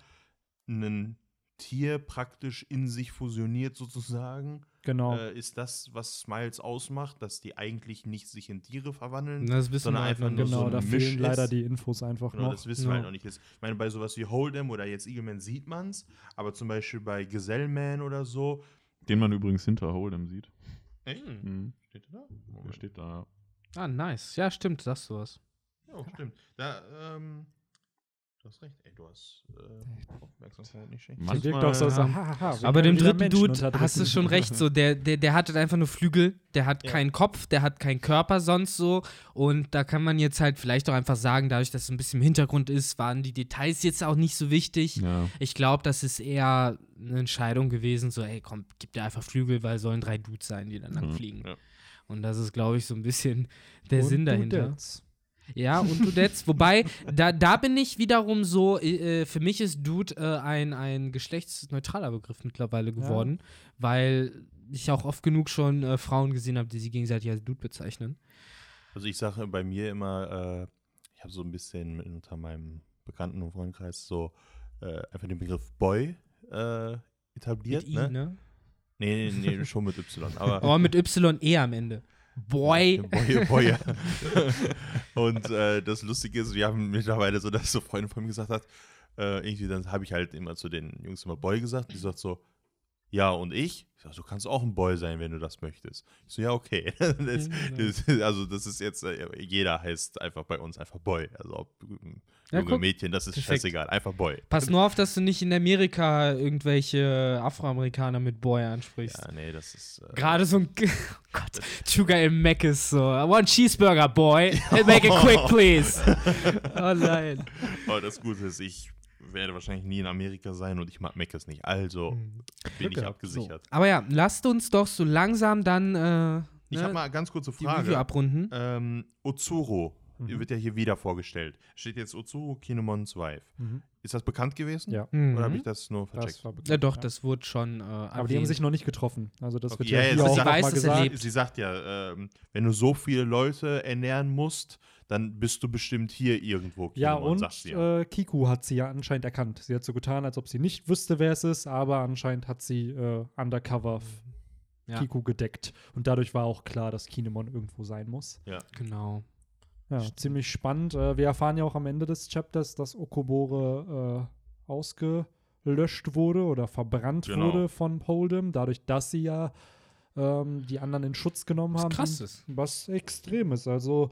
ein Tier praktisch in sich fusioniert sozusagen? genau. Äh, ist das, was Smiles ausmacht, dass die eigentlich nicht sich in Tiere verwandeln? Das wissen sondern wir halt einfach noch nur nicht. so genau, ein da Misch fehlen leider ist. die Infos einfach Genau, noch. das wissen Ja. wir halt noch nicht. Ich meine, bei sowas wie Hold'em oder jetzt Eagleman sieht man's, aber zum Beispiel bei Gesellman oder so. Den man übrigens hinter Hold'em sieht. Echt? Mhm. Steht der da? Der Moment. steht da. Ah, nice. Ja, stimmt, sagst du was. Ja, stimmt. Da, ähm, du hast recht. Ey, du hast äh, Aufmerksamkeit nicht schlecht. Der wirkt auch so, so Ja. hahaha, wir Aber können dem wieder dritten Menschen Dude unterdrücken. hast du schon recht, so, der, der, der hat halt einfach nur Flügel, der hat Ja. keinen Kopf, der hat keinen Körper sonst so und da kann man jetzt halt vielleicht auch einfach sagen, dadurch, dass es ein bisschen im Hintergrund ist, waren die Details jetzt auch nicht so wichtig. Ja. Ich glaube, das ist eher eine Entscheidung gewesen, so, ey, komm, gib dir einfach Flügel, weil sollen drei Dudes sein, die dann lang Mhm. fliegen. Ja. Und das ist, glaube ich, so ein bisschen der Und Sinn du dahinter. Dets. Ja, und Dudettes. Wobei, da, da bin ich wiederum so, äh, für mich ist Dude äh, ein, ein geschlechtsneutraler Begriff mittlerweile geworden, weil ich auch oft genug schon äh, Frauen gesehen habe, die sie gegenseitig als Dude bezeichnen. Also ich sage bei mir immer, äh, ich habe so ein bisschen mit- unter meinem Bekannten- und Freundeskreis so äh, einfach den Begriff Boy äh, etabliert. Mit I, ne? ne? Nee, nee, nee, schon mit Y. Aber Aber mit Y E am Ende. Boy. Boy, Boy, ja. Und äh, das Lustige ist, wir haben mittlerweile so, dass so Freunde von mir gesagt hat, äh, irgendwie dann habe ich halt immer zu den Jungs immer Boy gesagt. Die sagt so, ja, und ich? Ich sag, du kannst auch ein Boy sein, wenn du das möchtest. Ich so, ja, okay. das, das, also das ist jetzt, äh, jeder heißt einfach bei uns einfach Boy. Also ob ähm, Ja, junge guck. Mädchen, das ist Perfekt. scheißegal, einfach Boy. Pass nur auf, dass du nicht in Amerika irgendwelche Afroamerikaner mit Boy ansprichst. Ja, nee, das ist. Äh, Gerade so ein oh Gott, Sugar im Mac ist so. I want cheeseburger, boy. Make it quick, please. Oh nein. Aber das Gute ist, ich werde wahrscheinlich nie in Amerika sein und ich mag Meckes nicht. Also Hm. bin ich gehabt. abgesichert. Aber ja, lasst uns doch so langsam dann äh, Ich ne, habe mal eine ganz kurze die Review Frage. abrunden. Ähm, Ozuro Mhm. wird ja hier wieder vorgestellt. Steht jetzt Ozuro Kinemon's Wife. Mhm. Ist das bekannt gewesen? Ja. Mhm. Oder habe ich das nur Das vercheckt? war bekannt, Ja doch, das wurde schon äh, Aber die haben sich noch nicht getroffen. Also das Okay, wird ja, ja, ja, hier sie auch weiß, noch mal dass er gesagt. lebt. Sie sagt ja, ähm, wenn du so viele Leute ernähren musst, dann bist du bestimmt hier irgendwo. Ja, Kinemon, und sagt sie ja. äh, Kiku hat sie ja anscheinend erkannt. Sie hat so getan, als ob sie nicht wüsste, wer es ist, aber anscheinend hat sie äh, undercover f- Ja. Kiku gedeckt. Und dadurch war auch klar, dass Kinemon irgendwo sein muss. Ja. Genau. Ja, ziemlich spannend. Äh, wir erfahren ja auch am Ende des Chapters, dass Okobore äh, ausgelöscht wurde oder verbrannt Genau. wurde von Hold'em, dadurch, dass sie ja ähm, die anderen in Schutz genommen Was haben. krass ist. Was extrem ist. Also,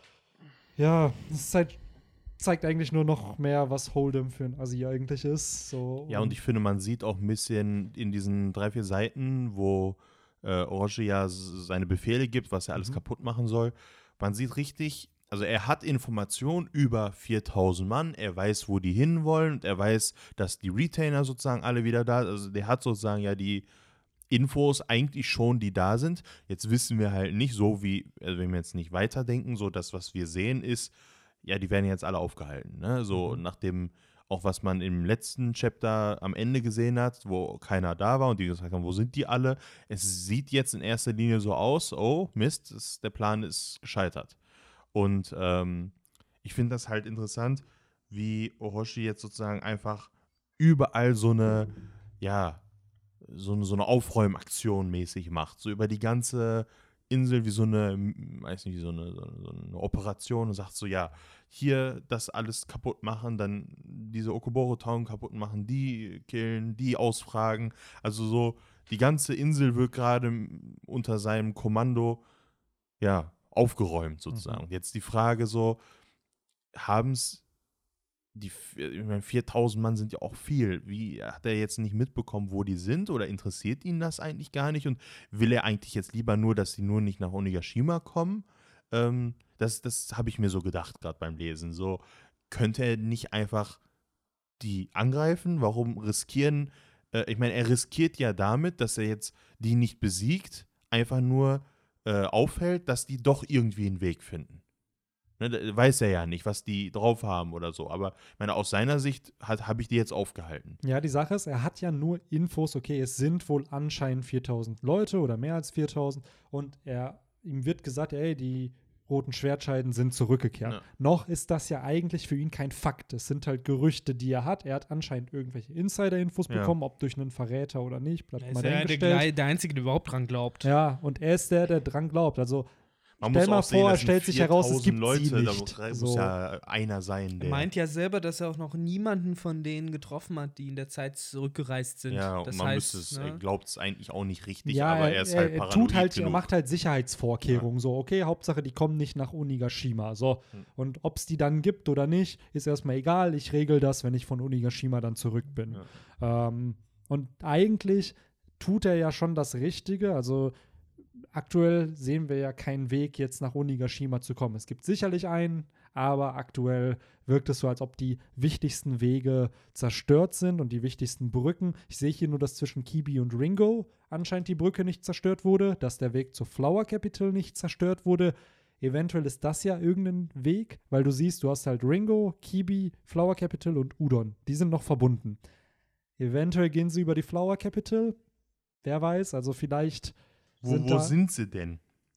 ja, es ist halt, zeigt eigentlich nur noch mehr, was Hold'em für ein Assi eigentlich ist. So, Ja, und ich finde, man sieht auch ein bisschen in diesen drei, vier Seiten, wo äh, Orochi ja s- seine Befehle gibt, was er alles Mhm. kaputt machen soll. Man sieht richtig, also er hat Informationen über viertausend Mann, er weiß, wo die hinwollen und er weiß, dass die Retainer sozusagen alle wieder da sind. Also der hat sozusagen ja die Infos eigentlich schon, die da sind. Jetzt wissen wir halt nicht so, wie, also wenn wir jetzt nicht weiterdenken, so das, was wir sehen, ist, ja, die werden jetzt alle aufgehalten. Ne? So Mhm. nach dem, auch was man im letzten Chapter am Ende gesehen hat, wo keiner da war und die gesagt haben, wo sind die alle? Es sieht jetzt in erster Linie so aus, oh Mist, das, der Plan ist gescheitert. Und ähm, ich finde das halt interessant, wie Orochi jetzt sozusagen einfach überall so eine, ja, so eine, so eine Aufräumaktion mäßig macht. So über die ganze Insel wie so eine, m, weiß nicht, wie so eine, so eine, so eine Operation und sagt so, ja, hier das alles kaputt machen, dann diese Okoboro Town kaputt machen, die killen, die ausfragen. Also so, die ganze Insel wird gerade m, unter seinem Kommando, ja, aufgeräumt sozusagen. Mhm. Jetzt die Frage so, haben es die, f- ich meine, viertausend Mann sind ja auch viel. Wie hat er jetzt nicht mitbekommen, wo die sind? Oder interessiert ihn das eigentlich gar nicht? Und will er eigentlich jetzt lieber nur, dass sie nur nicht nach Onigashima kommen? Ähm, das das habe ich mir so gedacht, gerade beim Lesen. So, könnte er nicht einfach die angreifen? Warum riskieren? Äh, ich meine, er riskiert ja damit, dass er jetzt die nicht besiegt, einfach nur äh, aufhält, dass die doch irgendwie einen Weg finden. Ne, da weiß er ja nicht, was die drauf haben oder so. Aber ich meine, aus seiner Sicht habe ich die jetzt aufgehalten. Ja, die Sache ist, er hat ja nur Infos, okay, es sind wohl anscheinend viertausend Leute oder mehr als viertausend und er, ihm wird gesagt, ey, die roten Schwertscheiden sind zurückgekehrt. Ja. Noch ist das ja eigentlich für ihn kein Fakt. Es sind halt Gerüchte, die er hat. Er hat anscheinend irgendwelche Insider-Infos Ja. bekommen, ob durch einen Verräter oder nicht, bleibt Er mal ist ja der, dahingestellt. Glei- der Einzige, der überhaupt dran glaubt. Ja, und er ist der, der dran glaubt. Also Man Stell muss mal auch sehen, vor, das es sind stellt sich heraus, es viertausend gibt Leute, sie da nicht. muss, muss So. ja einer sein, Er der. meint ja selber, dass er auch noch niemanden von denen getroffen hat, die in der Zeit zurückgereist sind. ja, und das man heißt, müsste es, ne? er glaubt es eigentlich auch nicht richtig, ja, aber er ist er, halt er paranoid tut halt, genug. er macht halt Sicherheitsvorkehrungen. So, okay, Hauptsache, die kommen nicht nach Onigashima. So, Hm. und ob es die dann gibt oder nicht, ist erstmal egal. Ich regel das, wenn ich von Onigashima dann zurück bin. Ähm, und eigentlich tut er ja schon das Richtige. Also aktuell sehen wir ja keinen Weg, jetzt nach Onigashima zu kommen. Es gibt sicherlich einen, aber aktuell wirkt es so, als ob die wichtigsten Wege zerstört sind und die wichtigsten Brücken. Ich sehe hier nur, dass zwischen Kibi und Ringo anscheinend die Brücke nicht zerstört wurde, dass der Weg zur Flower Capital nicht zerstört wurde. Eventuell ist das ja irgendein Weg, weil du siehst, du hast halt Ringo, Kibi, Flower Capital und Udon. Die sind noch verbunden. Eventuell gehen sie über die Flower Capital. Wer weiß, also vielleicht Wo, sind wo da, sind sie denn?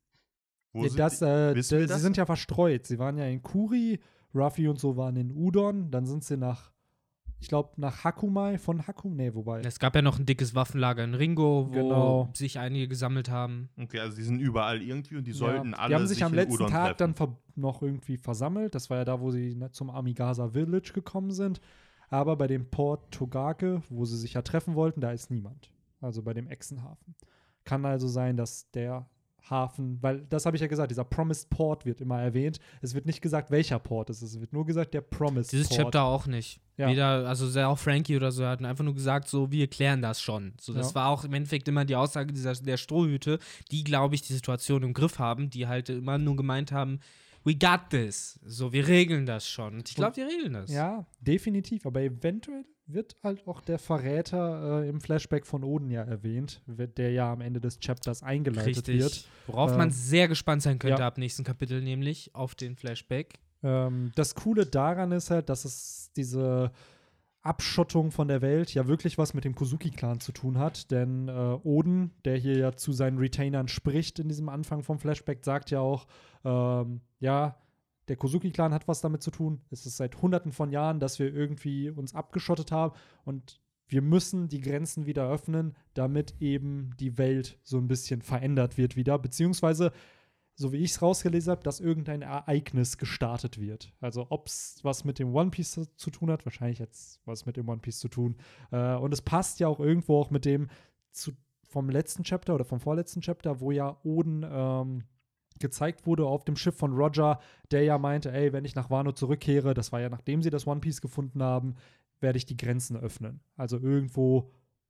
Wo ja, sind das, die? äh, Wissen wir d- das? Sie sind ja verstreut. Sie waren ja in Kuri, Ruffy und so waren in Udon. Dann sind sie nach, ich glaube, nach Hakumai, von Hakum, nee, wobei. Es gab ja noch ein dickes Waffenlager in Ringo, wo Genau. sich einige gesammelt haben. Okay, also die sind überall irgendwie und die sollten ja, alle die haben sich, am in letzten Udon Tag dann treffen. ver noch irgendwie versammelt. Das war ja da, wo sie ne, zum Amigasa Village gekommen sind. Aber bei dem Port Togake, wo sie sich ja treffen wollten, da ist niemand. also bei dem Echsenhafen. Kann also sein, dass der Hafen, weil das habe ich ja gesagt, dieser Promised Port wird immer erwähnt. Es wird nicht gesagt, welcher Port es ist. Es wird nur gesagt, der Promised Dieses Port. Chapter auch nicht. Ja. Weder, also sehr auch Frankie oder so hatten einfach nur gesagt, so, wir klären das schon. So, das Ja. war auch im Endeffekt immer die Aussage dieser, der Strohhüte, die, glaube ich, die Situation im Griff haben, die halt immer nur gemeint haben, we got this. So, wir regeln das schon. Und ich glaube, die regeln das. Ja, definitiv. Aber eventuell wird halt auch der Verräter äh, im Flashback von Oden ja erwähnt, wird der ja am Ende des Chapters eingeleitet Richtig. wird. Worauf Ähm, man sehr gespannt sein könnte ja. ab nächsten Kapitel, nämlich auf den Flashback. Ähm, das Coole daran ist halt, dass es diese Abschottung von der Welt ja wirklich was mit dem Kozuki-Clan zu tun hat, denn äh, Oden, der hier ja zu seinen Retainern spricht in diesem Anfang vom Flashback, sagt ja auch, ähm, ja, der Kozuki-Clan hat was damit zu tun. Es ist seit hunderten von Jahren, dass wir irgendwie uns abgeschottet haben und wir müssen die Grenzen wieder öffnen, damit eben die Welt so ein bisschen verändert wird wieder, beziehungsweise so wie ich es rausgelesen habe, dass irgendein Ereignis gestartet wird. Also ob es was mit dem One Piece zu, zu tun hat, wahrscheinlich jetzt was mit dem One Piece zu tun. Äh, und es passt ja auch irgendwo auch mit dem zu, vom letzten Chapter oder vom vorletzten Chapter, wo ja Oden ähm, gezeigt wurde auf dem Schiff von Roger, der ja meinte, ey, wenn ich nach Wano zurückkehre, das war ja nachdem sie das One Piece gefunden haben, werde ich die Grenzen öffnen. Also irgendwo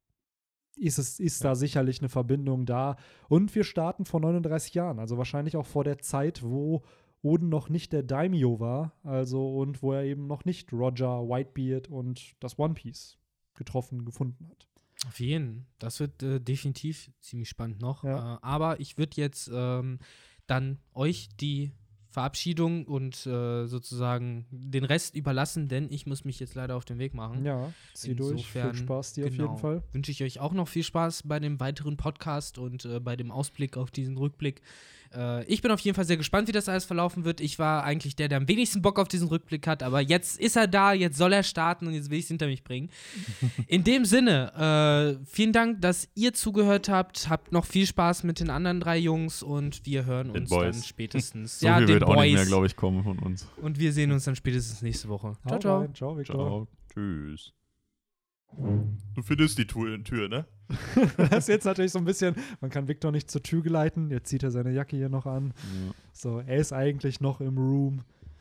ist es ist da sicherlich eine Verbindung da. Und wir starten vor neununddreißig Jahren, also wahrscheinlich auch vor der Zeit, wo Oden noch nicht der Daimyo war, also und wo er eben noch nicht Roger, Whitebeard und das One Piece getroffen, gefunden hat. Auf jeden. Das wird äh, definitiv ziemlich spannend noch. Ja. Äh, aber ich würde jetzt ähm, dann euch die Verabschiedung und äh, sozusagen den Rest überlassen, denn ich muss mich jetzt leider auf den Weg machen. Ja, zieh durch. Viel Insofern, Spaß dir auf genau, jeden Fall. Wünsche ich euch auch noch viel Spaß bei dem weiteren Podcast und äh, bei dem Ausblick auf diesen Rückblick. Äh, ich bin auf jeden Fall sehr gespannt, wie das alles verlaufen wird. Ich war eigentlich der, der am wenigsten Bock auf diesen Rückblick hat, aber jetzt ist er da, jetzt soll er starten und jetzt will ich es hinter mich bringen. In dem Sinne, äh, vielen Dank, dass ihr zugehört habt. Habt noch viel Spaß mit den anderen drei Jungs und wir hören Den uns Boys. dann spätestens. So ja, viel den wird auch nicht mehr, Boys. glaube ich, kommen von uns. Und wir sehen uns dann spätestens nächste Woche. Ciao, Hau ciao. rein. Ciao, Victor. Ciao. Tschüss. Du findest die Tür, Tür, ne? Das ist jetzt natürlich so ein bisschen, man kann Victor nicht zur Tür geleiten, jetzt zieht er seine Jacke hier noch an. Ja. So, er ist eigentlich noch im Room.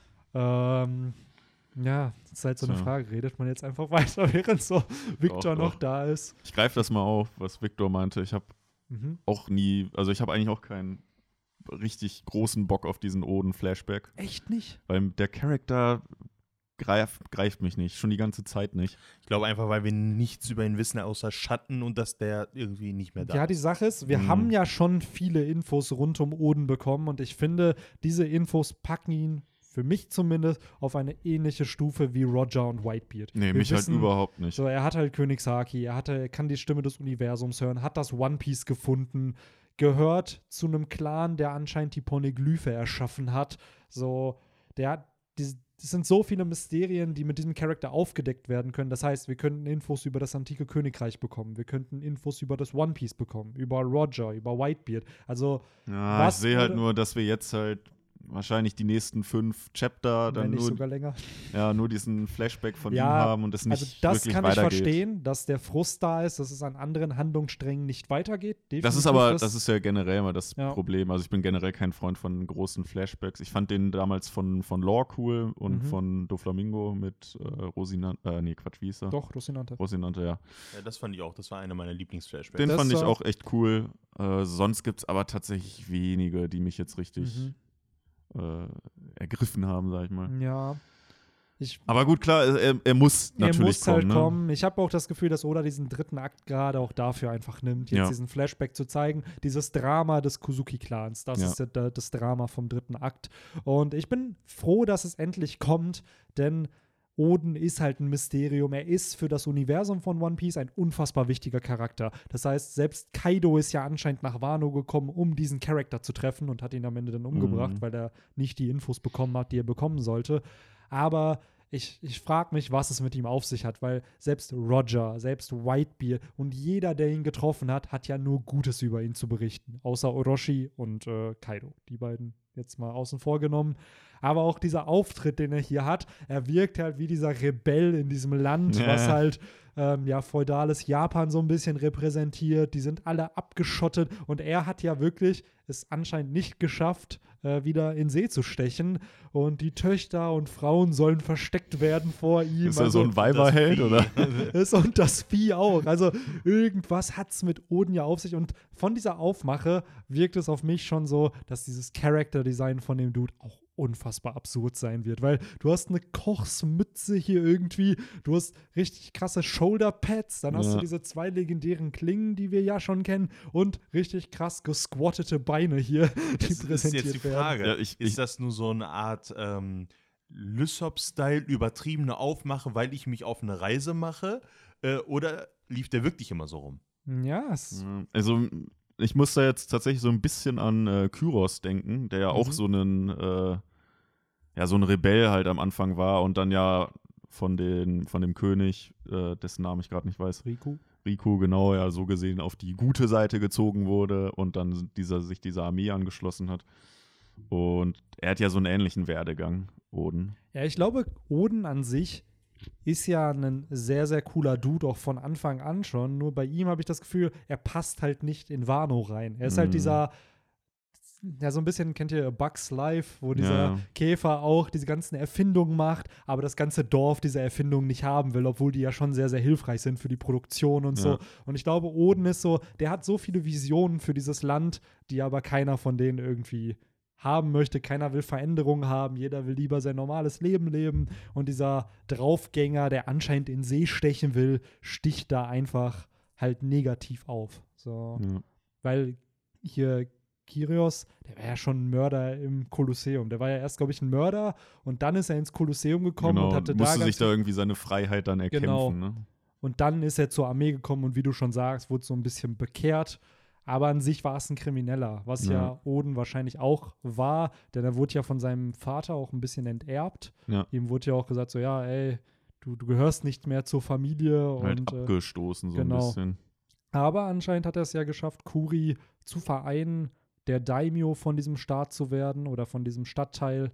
Ähm, ja, das ist halt so eine So. Frage, redet man jetzt einfach weiter, während so Victor Doch, noch doch. da ist? Ich greife das mal auf, was Victor meinte. Ich habe Mhm. auch nie, also ich habe eigentlich auch keinen richtig großen Bock auf diesen Oden-Flashback, Echt nicht? weil der Charakter greif, greift mich nicht, schon die ganze Zeit nicht. Ich glaube einfach, weil wir nichts über ihn wissen, außer Schatten und dass der irgendwie nicht mehr da Ja, ist. die Sache ist, wir Mhm. haben ja schon viele Infos rund um Oden bekommen und ich finde, diese Infos packen ihn, für mich zumindest, auf eine ähnliche Stufe wie Roger und Whitebeard. Nee, Wir mich wissen- halt überhaupt nicht. So, er hat halt Königshaki, er, hatte, er kann die Stimme des Universums hören, hat das One Piece gefunden, gehört zu einem Clan, der anscheinend die Poneglyphe erschaffen hat. So, der hat, die, es sind so viele Mysterien, die mit diesem Charakter aufgedeckt werden können. Das heißt, wir könnten Infos über das antike Königreich bekommen, wir könnten Infos über das One Piece bekommen, über Roger, über Whitebeard. Also, Ja, was ich sehe halt würde- nur, dass wir jetzt halt wahrscheinlich die nächsten fünf Chapter wenn dann nicht nur, sogar länger. ja, nur diesen Flashback von Ja, ihm haben und es nicht Also, das wirklich kann ich weitergeht. verstehen, dass der Frust da ist, dass es an anderen Handlungssträngen nicht weitergeht. Das ist Definitiv aber, das ist ja generell immer das Ja. Problem. Also ich bin generell kein Freund von großen Flashbacks. Ich fand den damals von, von Lore cool und Mhm. von Doflamingo mit äh, Rosinante, äh, nee, Quatsch, wie hieß er? Doch, Rosinante. Rosinante, ja. Ja, das fand ich auch. Das war einer meiner Lieblingsflashbacks. Den Das fand ich war- auch echt cool. Äh, sonst gibt es aber tatsächlich wenige, die mich jetzt richtig Mhm. äh, ergriffen haben, sag ich mal. Ja. Ich, Aber gut, klar, er, er muss er natürlich muss kommen. halt ne? kommen. Ich habe auch das Gefühl, dass Oda diesen dritten Akt gerade auch dafür einfach nimmt, jetzt Ja. diesen Flashback zu zeigen. Dieses Drama des Kozuki-Clans. Das Ja. ist ja da- das Drama vom dritten Akt. Und ich bin froh, dass es endlich kommt, denn Oden ist halt ein Mysterium. Er ist für das Universum von One Piece ein unfassbar wichtiger Charakter. Das heißt, selbst Kaido ist ja anscheinend nach Wano gekommen, um diesen Charakter zu treffen und hat ihn am Ende dann umgebracht, Mhm. weil er nicht die Infos bekommen hat, die er bekommen sollte. Aber ich, ich frage mich, was es mit ihm auf sich hat, weil selbst Roger, selbst Whitebeard und jeder, der ihn getroffen hat, hat ja nur Gutes über ihn zu berichten. Außer Orochi und äh, Kaido. Die beiden jetzt mal außen vor genommen. Aber auch dieser Auftritt, den er hier hat, er wirkt halt wie dieser Rebell in diesem Land, Ja. was halt ähm, ja feudales Japan so ein bisschen repräsentiert. Die sind alle abgeschottet und er hat ja wirklich es anscheinend nicht geschafft, äh, wieder in See zu stechen. Und die Töchter und Frauen sollen versteckt werden vor ihm. Ist er Also, so ein Weiberheld, das oder? ist und das Vieh auch. Also irgendwas hat es mit Oden ja auf sich. Und von dieser Aufmache wirkt es auf mich schon so, dass dieses Character-Design von dem Dude auch unfassbar absurd sein wird. Weil du hast eine Kochsmütze hier irgendwie, du hast richtig krasse Shoulder-Pads, dann hast Ja. du diese zwei legendären Klingen, die wir ja schon kennen und richtig krass gesquattete Beine hier, die Das ist präsentiert jetzt die werden. Frage. Ja, ich- ich- ist das nur so eine Art ähm, Lysop-Style, übertriebene Aufmache, weil ich mich auf eine Reise mache? Äh, oder lief der wirklich immer so rum? Ja, es Ja, Also, ich muss da jetzt tatsächlich so ein bisschen an äh, Kyros denken, der ja auch Mhm. so einen, äh, ja, so ein Rebell halt am Anfang war und dann ja von, den, von dem König, äh, dessen Namen ich gerade nicht weiß, Riku. Riku, genau, ja, so gesehen auf die gute Seite gezogen wurde und dann dieser, sich dieser Armee angeschlossen hat. Und er hat ja so einen ähnlichen Werdegang, Oden. Ja, ich glaube, Oden an sich ist ja ein sehr, sehr cooler Dude, auch von Anfang an schon. Nur bei ihm habe ich das Gefühl, er passt halt nicht in Wano rein. Er ist halt Mhm. dieser, ja, so ein bisschen, kennt ihr Bugs Life, wo dieser Ja. Käfer auch diese ganzen Erfindungen macht, aber das ganze Dorf diese Erfindungen nicht haben will, obwohl die ja schon sehr, sehr hilfreich sind für die Produktion und so. Ja. Und ich glaube, Oden ist so, der hat so viele Visionen für dieses Land, die aber keiner von denen irgendwie haben möchte. Keiner will Veränderungen haben. Jeder will lieber sein normales Leben leben. Und dieser Draufgänger, der anscheinend in See stechen will, sticht da einfach halt negativ auf. So. Ja. Weil hier Kyrios, der war ja schon ein Mörder im Kolosseum. Der war ja erst, glaube ich, ein Mörder und dann ist er ins Kolosseum gekommen Genau, und hatte da musste ganz sich da irgendwie seine Freiheit dann erkämpfen. Genau. Ne? und dann ist er zur Armee gekommen und wie du schon sagst, wurde so ein bisschen bekehrt. Aber an sich war es ein Krimineller, was ja, Ja. Oden wahrscheinlich auch war, denn er wurde ja von seinem Vater auch ein bisschen enterbt. Ja. Ihm wurde ja auch gesagt, so ja, ey, du, du gehörst nicht mehr zur Familie. Halt und, äh, abgestoßen so genau. ein bisschen. aber anscheinend hat er es ja geschafft, Kuri zu vereinen, der Daimyo von diesem Staat zu werden oder von diesem Stadtteil.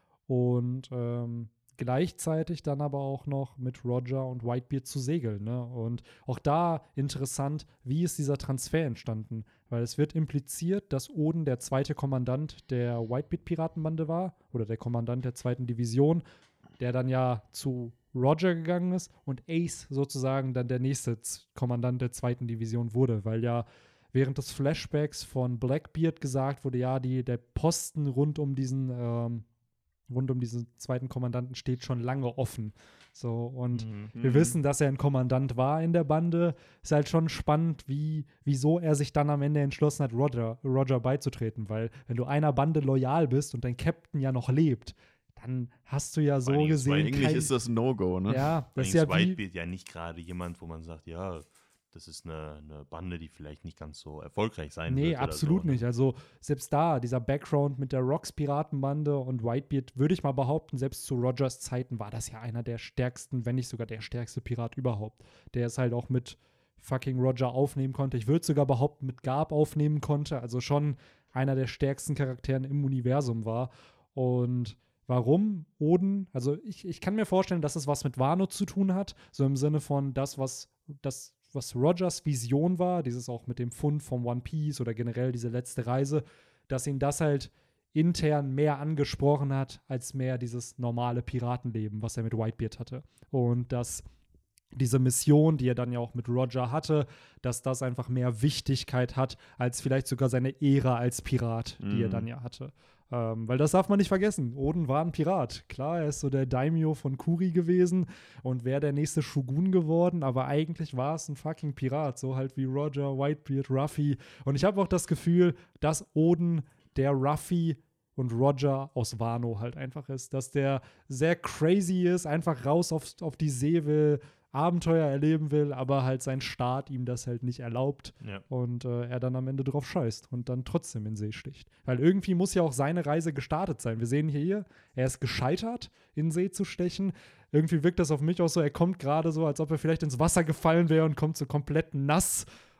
Und ähm, gleichzeitig dann aber auch noch mit Roger und Whitebeard zu segeln. Ne? Und auch da interessant, wie ist dieser Transfer entstanden? Weil es wird impliziert, dass Oden der zweite Kommandant der Whitebeard-Piratenbande war oder der Kommandant der zweiten Division, der dann ja zu Roger gegangen ist und Ace sozusagen dann der nächste Z- Kommandant der zweiten Division wurde, weil ja während des Flashbacks von Blackbeard gesagt wurde, ja, die, der Posten rund um diesen ähm, rund um diesen zweiten Kommandanten steht schon lange offen. So, und Mhm. wir wissen, dass er ein Kommandant war in der Bande. Ist halt schon spannend, wie, wieso er sich dann am Ende entschlossen hat, Roger, Roger beizutreten. Weil, wenn du einer Bande loyal bist und dein Captain ja noch lebt, dann hast du ja so allen Dingen ist gesehen. Eigentlich kein, ist das ein No-Go, ne? ja, das Das ist ja wie, Whitebeard ja nicht gerade jemand, wo man sagt, ja, das ist eine, eine Bande, die vielleicht nicht ganz so erfolgreich sein Nee, wird. oder absolut so, ne? nicht. Also selbst da, dieser Background mit der Rocks-Piratenbande und Whitebeard, würde ich mal behaupten, selbst zu Rogers Zeiten war das ja einer der stärksten, wenn nicht sogar der stärkste Pirat überhaupt. Der es halt auch mit fucking Roger aufnehmen konnte. Ich würde sogar behaupten, mit Garb aufnehmen konnte. Also schon einer der stärksten Charakteren im Universum war. Und warum Oden? Also ich, ich kann mir vorstellen, dass es was mit Wano zu tun hat. So im Sinne von das, was das was Rogers Vision war, dieses auch mit dem Fund vom One Piece oder generell diese letzte Reise, dass ihn das halt intern mehr angesprochen hat, als mehr dieses normale Piratenleben, was er mit Whitebeard hatte. Und dass diese Mission, die er dann ja auch mit Roger hatte, dass das einfach mehr Wichtigkeit hat, als vielleicht sogar seine Ära als Pirat, die er Mhm. dann ja hatte. Ähm, weil das darf man nicht vergessen. Oden war ein Pirat. Klar, er ist so der Daimyo von Kuri gewesen und wäre der nächste Shogun geworden, aber eigentlich war es ein fucking Pirat. So halt wie Roger, Whitebeard, Ruffy. Und ich habe auch das Gefühl, dass Oden der Ruffy und Roger aus Wano halt einfach ist. Dass der sehr crazy ist, einfach raus auf, auf die See will, Abenteuer erleben will, aber halt sein Staat ihm das halt nicht erlaubt. Ja. Und äh, er dann am Ende drauf scheißt und dann trotzdem in See sticht. Weil irgendwie muss ja auch seine Reise gestartet sein. Wir sehen hier, er ist gescheitert, in See zu stechen. Irgendwie wirkt das auf mich auch so, er kommt gerade so, als ob er vielleicht ins Wasser gefallen wäre und kommt so komplett nass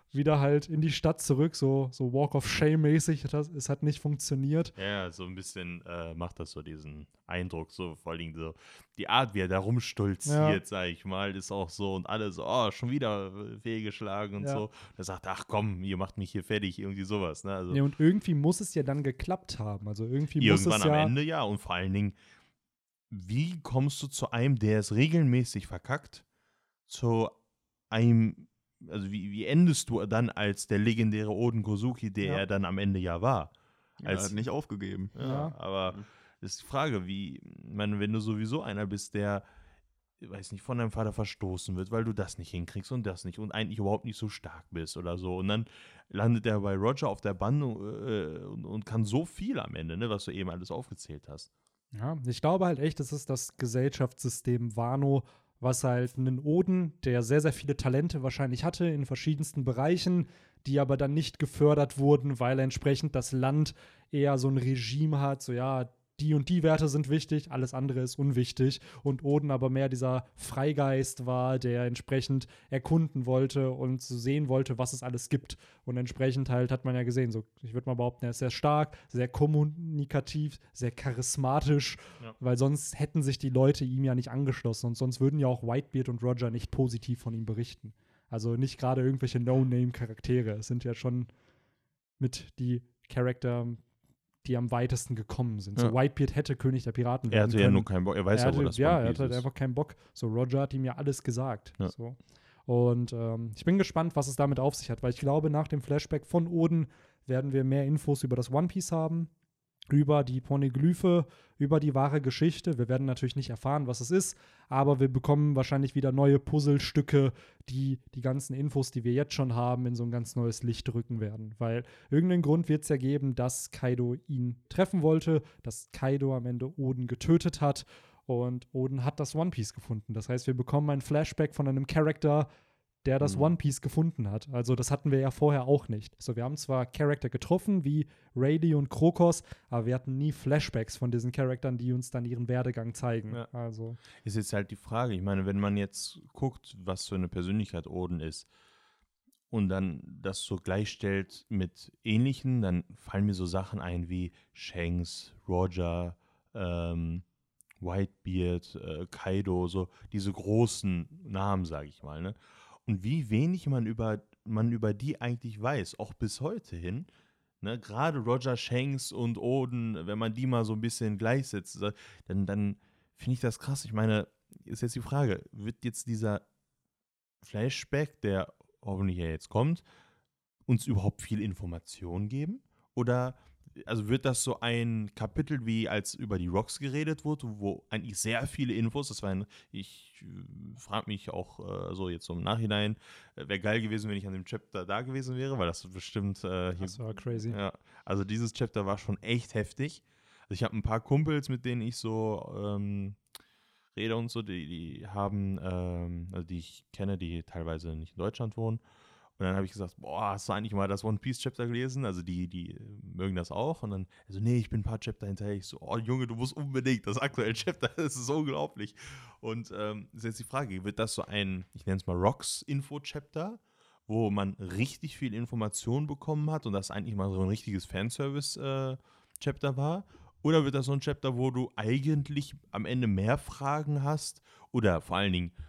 wieder halt in die Stadt zurück, so, so Walk of Shame-mäßig. Es hat nicht funktioniert. Ja, so ein bisschen äh, macht das so diesen Eindruck, so vor allem so die Art, wie er da rumstolziert, Ja. sag ich mal, ist auch so und alle so, oh, schon wieder fehlgeschlagen und Ja. so. Er sagt, ach komm, ihr macht mich hier fertig, irgendwie sowas. Ne? Also Ja, und irgendwie muss es ja dann geklappt haben. Also irgendwie irgendwann muss es am ja. Ende ja und vor allen Dingen, wie kommst du zu einem, der es regelmäßig verkackt, zu einem, also wie, wie endest du dann als der legendäre Oden Kozuki, der Ja. er dann am Ende ja war? Er Als, hat nicht aufgegeben. ja, Ja. aber Mhm. das ist die Frage, wie, ich meine, wenn du sowieso einer bist, der, ich weiß nicht, von deinem Vater verstoßen wird, weil du das nicht hinkriegst und das nicht und eigentlich überhaupt nicht so stark bist oder so. Und dann landet er bei Roger auf der Bande äh, und, und kann so viel am Ende, ne, was du eben alles aufgezählt hast. Ja, ich glaube halt echt, es ist das Gesellschaftssystem Wano, was halt einen Oden, der sehr, sehr viele Talente wahrscheinlich hatte in verschiedensten Bereichen, die aber dann nicht gefördert wurden, weil entsprechend das Land eher so ein Regime hat, so ja, die und die Werte sind wichtig, alles andere ist unwichtig. Und Oden aber mehr dieser Freigeist war, der entsprechend erkunden wollte und so sehen wollte, was es alles gibt. Und entsprechend halt hat man ja gesehen, so ich würde mal behaupten, er ist sehr stark, sehr kommunikativ, sehr charismatisch, Ja. weil sonst hätten sich die Leute ihm ja nicht angeschlossen und sonst würden ja auch Whitebeard und Roger nicht positiv von ihm berichten. Also nicht gerade irgendwelche No-Name-Charaktere. Es sind ja schon mit die Charakter, die am weitesten gekommen sind. Ja. So Whitebeard hätte König der Piraten Er werden hatte können. ja nur keinen Bock, er weiß er ja, hatte, wo das ja, One er Piece hatte halt ist. einfach keinen Bock. So, Roger hat ihm ja alles gesagt. Ja. So. Und ähm, ich bin gespannt, was es damit auf sich hat, weil ich glaube, nach dem Flashback von Oden werden wir mehr Infos über das One Piece haben, über die Poneglyphe, über die wahre Geschichte. Wir werden natürlich nicht erfahren, was es ist, aber wir bekommen wahrscheinlich wieder neue Puzzlestücke, die die ganzen Infos, die wir jetzt schon haben, in so ein ganz neues Licht rücken werden. Weil irgendeinen Grund wird es ja geben, dass Kaido ihn treffen wollte, dass Kaido am Ende Oden getötet hat und Oden hat das One Piece gefunden. Das heißt, wir bekommen ein Flashback von einem Charakter, der das Mhm. One Piece gefunden hat. Also das hatten wir ja vorher auch nicht. So, wir haben zwar Charakter getroffen, wie Rayleigh und Krokos, aber wir hatten nie Flashbacks von diesen Charakteren, die uns dann ihren Werdegang zeigen. Ja. Also, Ist jetzt halt die Frage, ich meine, wenn man jetzt guckt, was für eine Persönlichkeit Oden ist und dann das so gleichstellt mit ähnlichen, dann fallen mir so Sachen ein wie Shanks, Roger, ähm, Whitebeard, äh, Kaido, so diese großen Namen, sage ich mal, ne? Und wie wenig man über, man über die eigentlich weiß, auch bis heute hin. Ne? Gerade Roger, Shanks und Oden, wenn man die mal so ein bisschen gleichsetzt, dann, dann finde ich das krass. Ich meine, ist jetzt die Frage, wird jetzt dieser Flashback, der hoffentlich ja jetzt kommt, uns überhaupt viel Information geben? Oder also wird das so ein Kapitel, wie als über die Rocks geredet wurde, wo eigentlich sehr viele Infos, das war ein, ich äh, frage mich auch äh, so jetzt so im Nachhinein, äh, wäre geil gewesen, wenn ich an dem Chapter da gewesen wäre, weil das bestimmt äh, hier, das war crazy. ja, also dieses Chapter war schon echt heftig. Also ich habe ein paar Kumpels, mit denen ich so ähm, rede und so, die, die haben, ähm, also die ich kenne, die teilweise nicht in Deutschland wohnen. Und dann habe ich gesagt, boah, hast du eigentlich mal das One Piece Chapter gelesen? Also die, die äh, mögen das auch. Und dann, also nee, ich bin ein paar Chapter hinterher. Ich so, oh Junge, du musst unbedingt das aktuelle Chapter, das ist so unglaublich. Und ähm, ist jetzt die Frage, wird das so ein, ich nenne es mal Rocks-Info-Chapter, wo man richtig viel Information bekommen hat und das eigentlich mal so ein richtiges Fanservice-Chapter war? Oder wird das so ein Chapter, wo du eigentlich am Ende mehr Fragen hast oder vor allen Dingen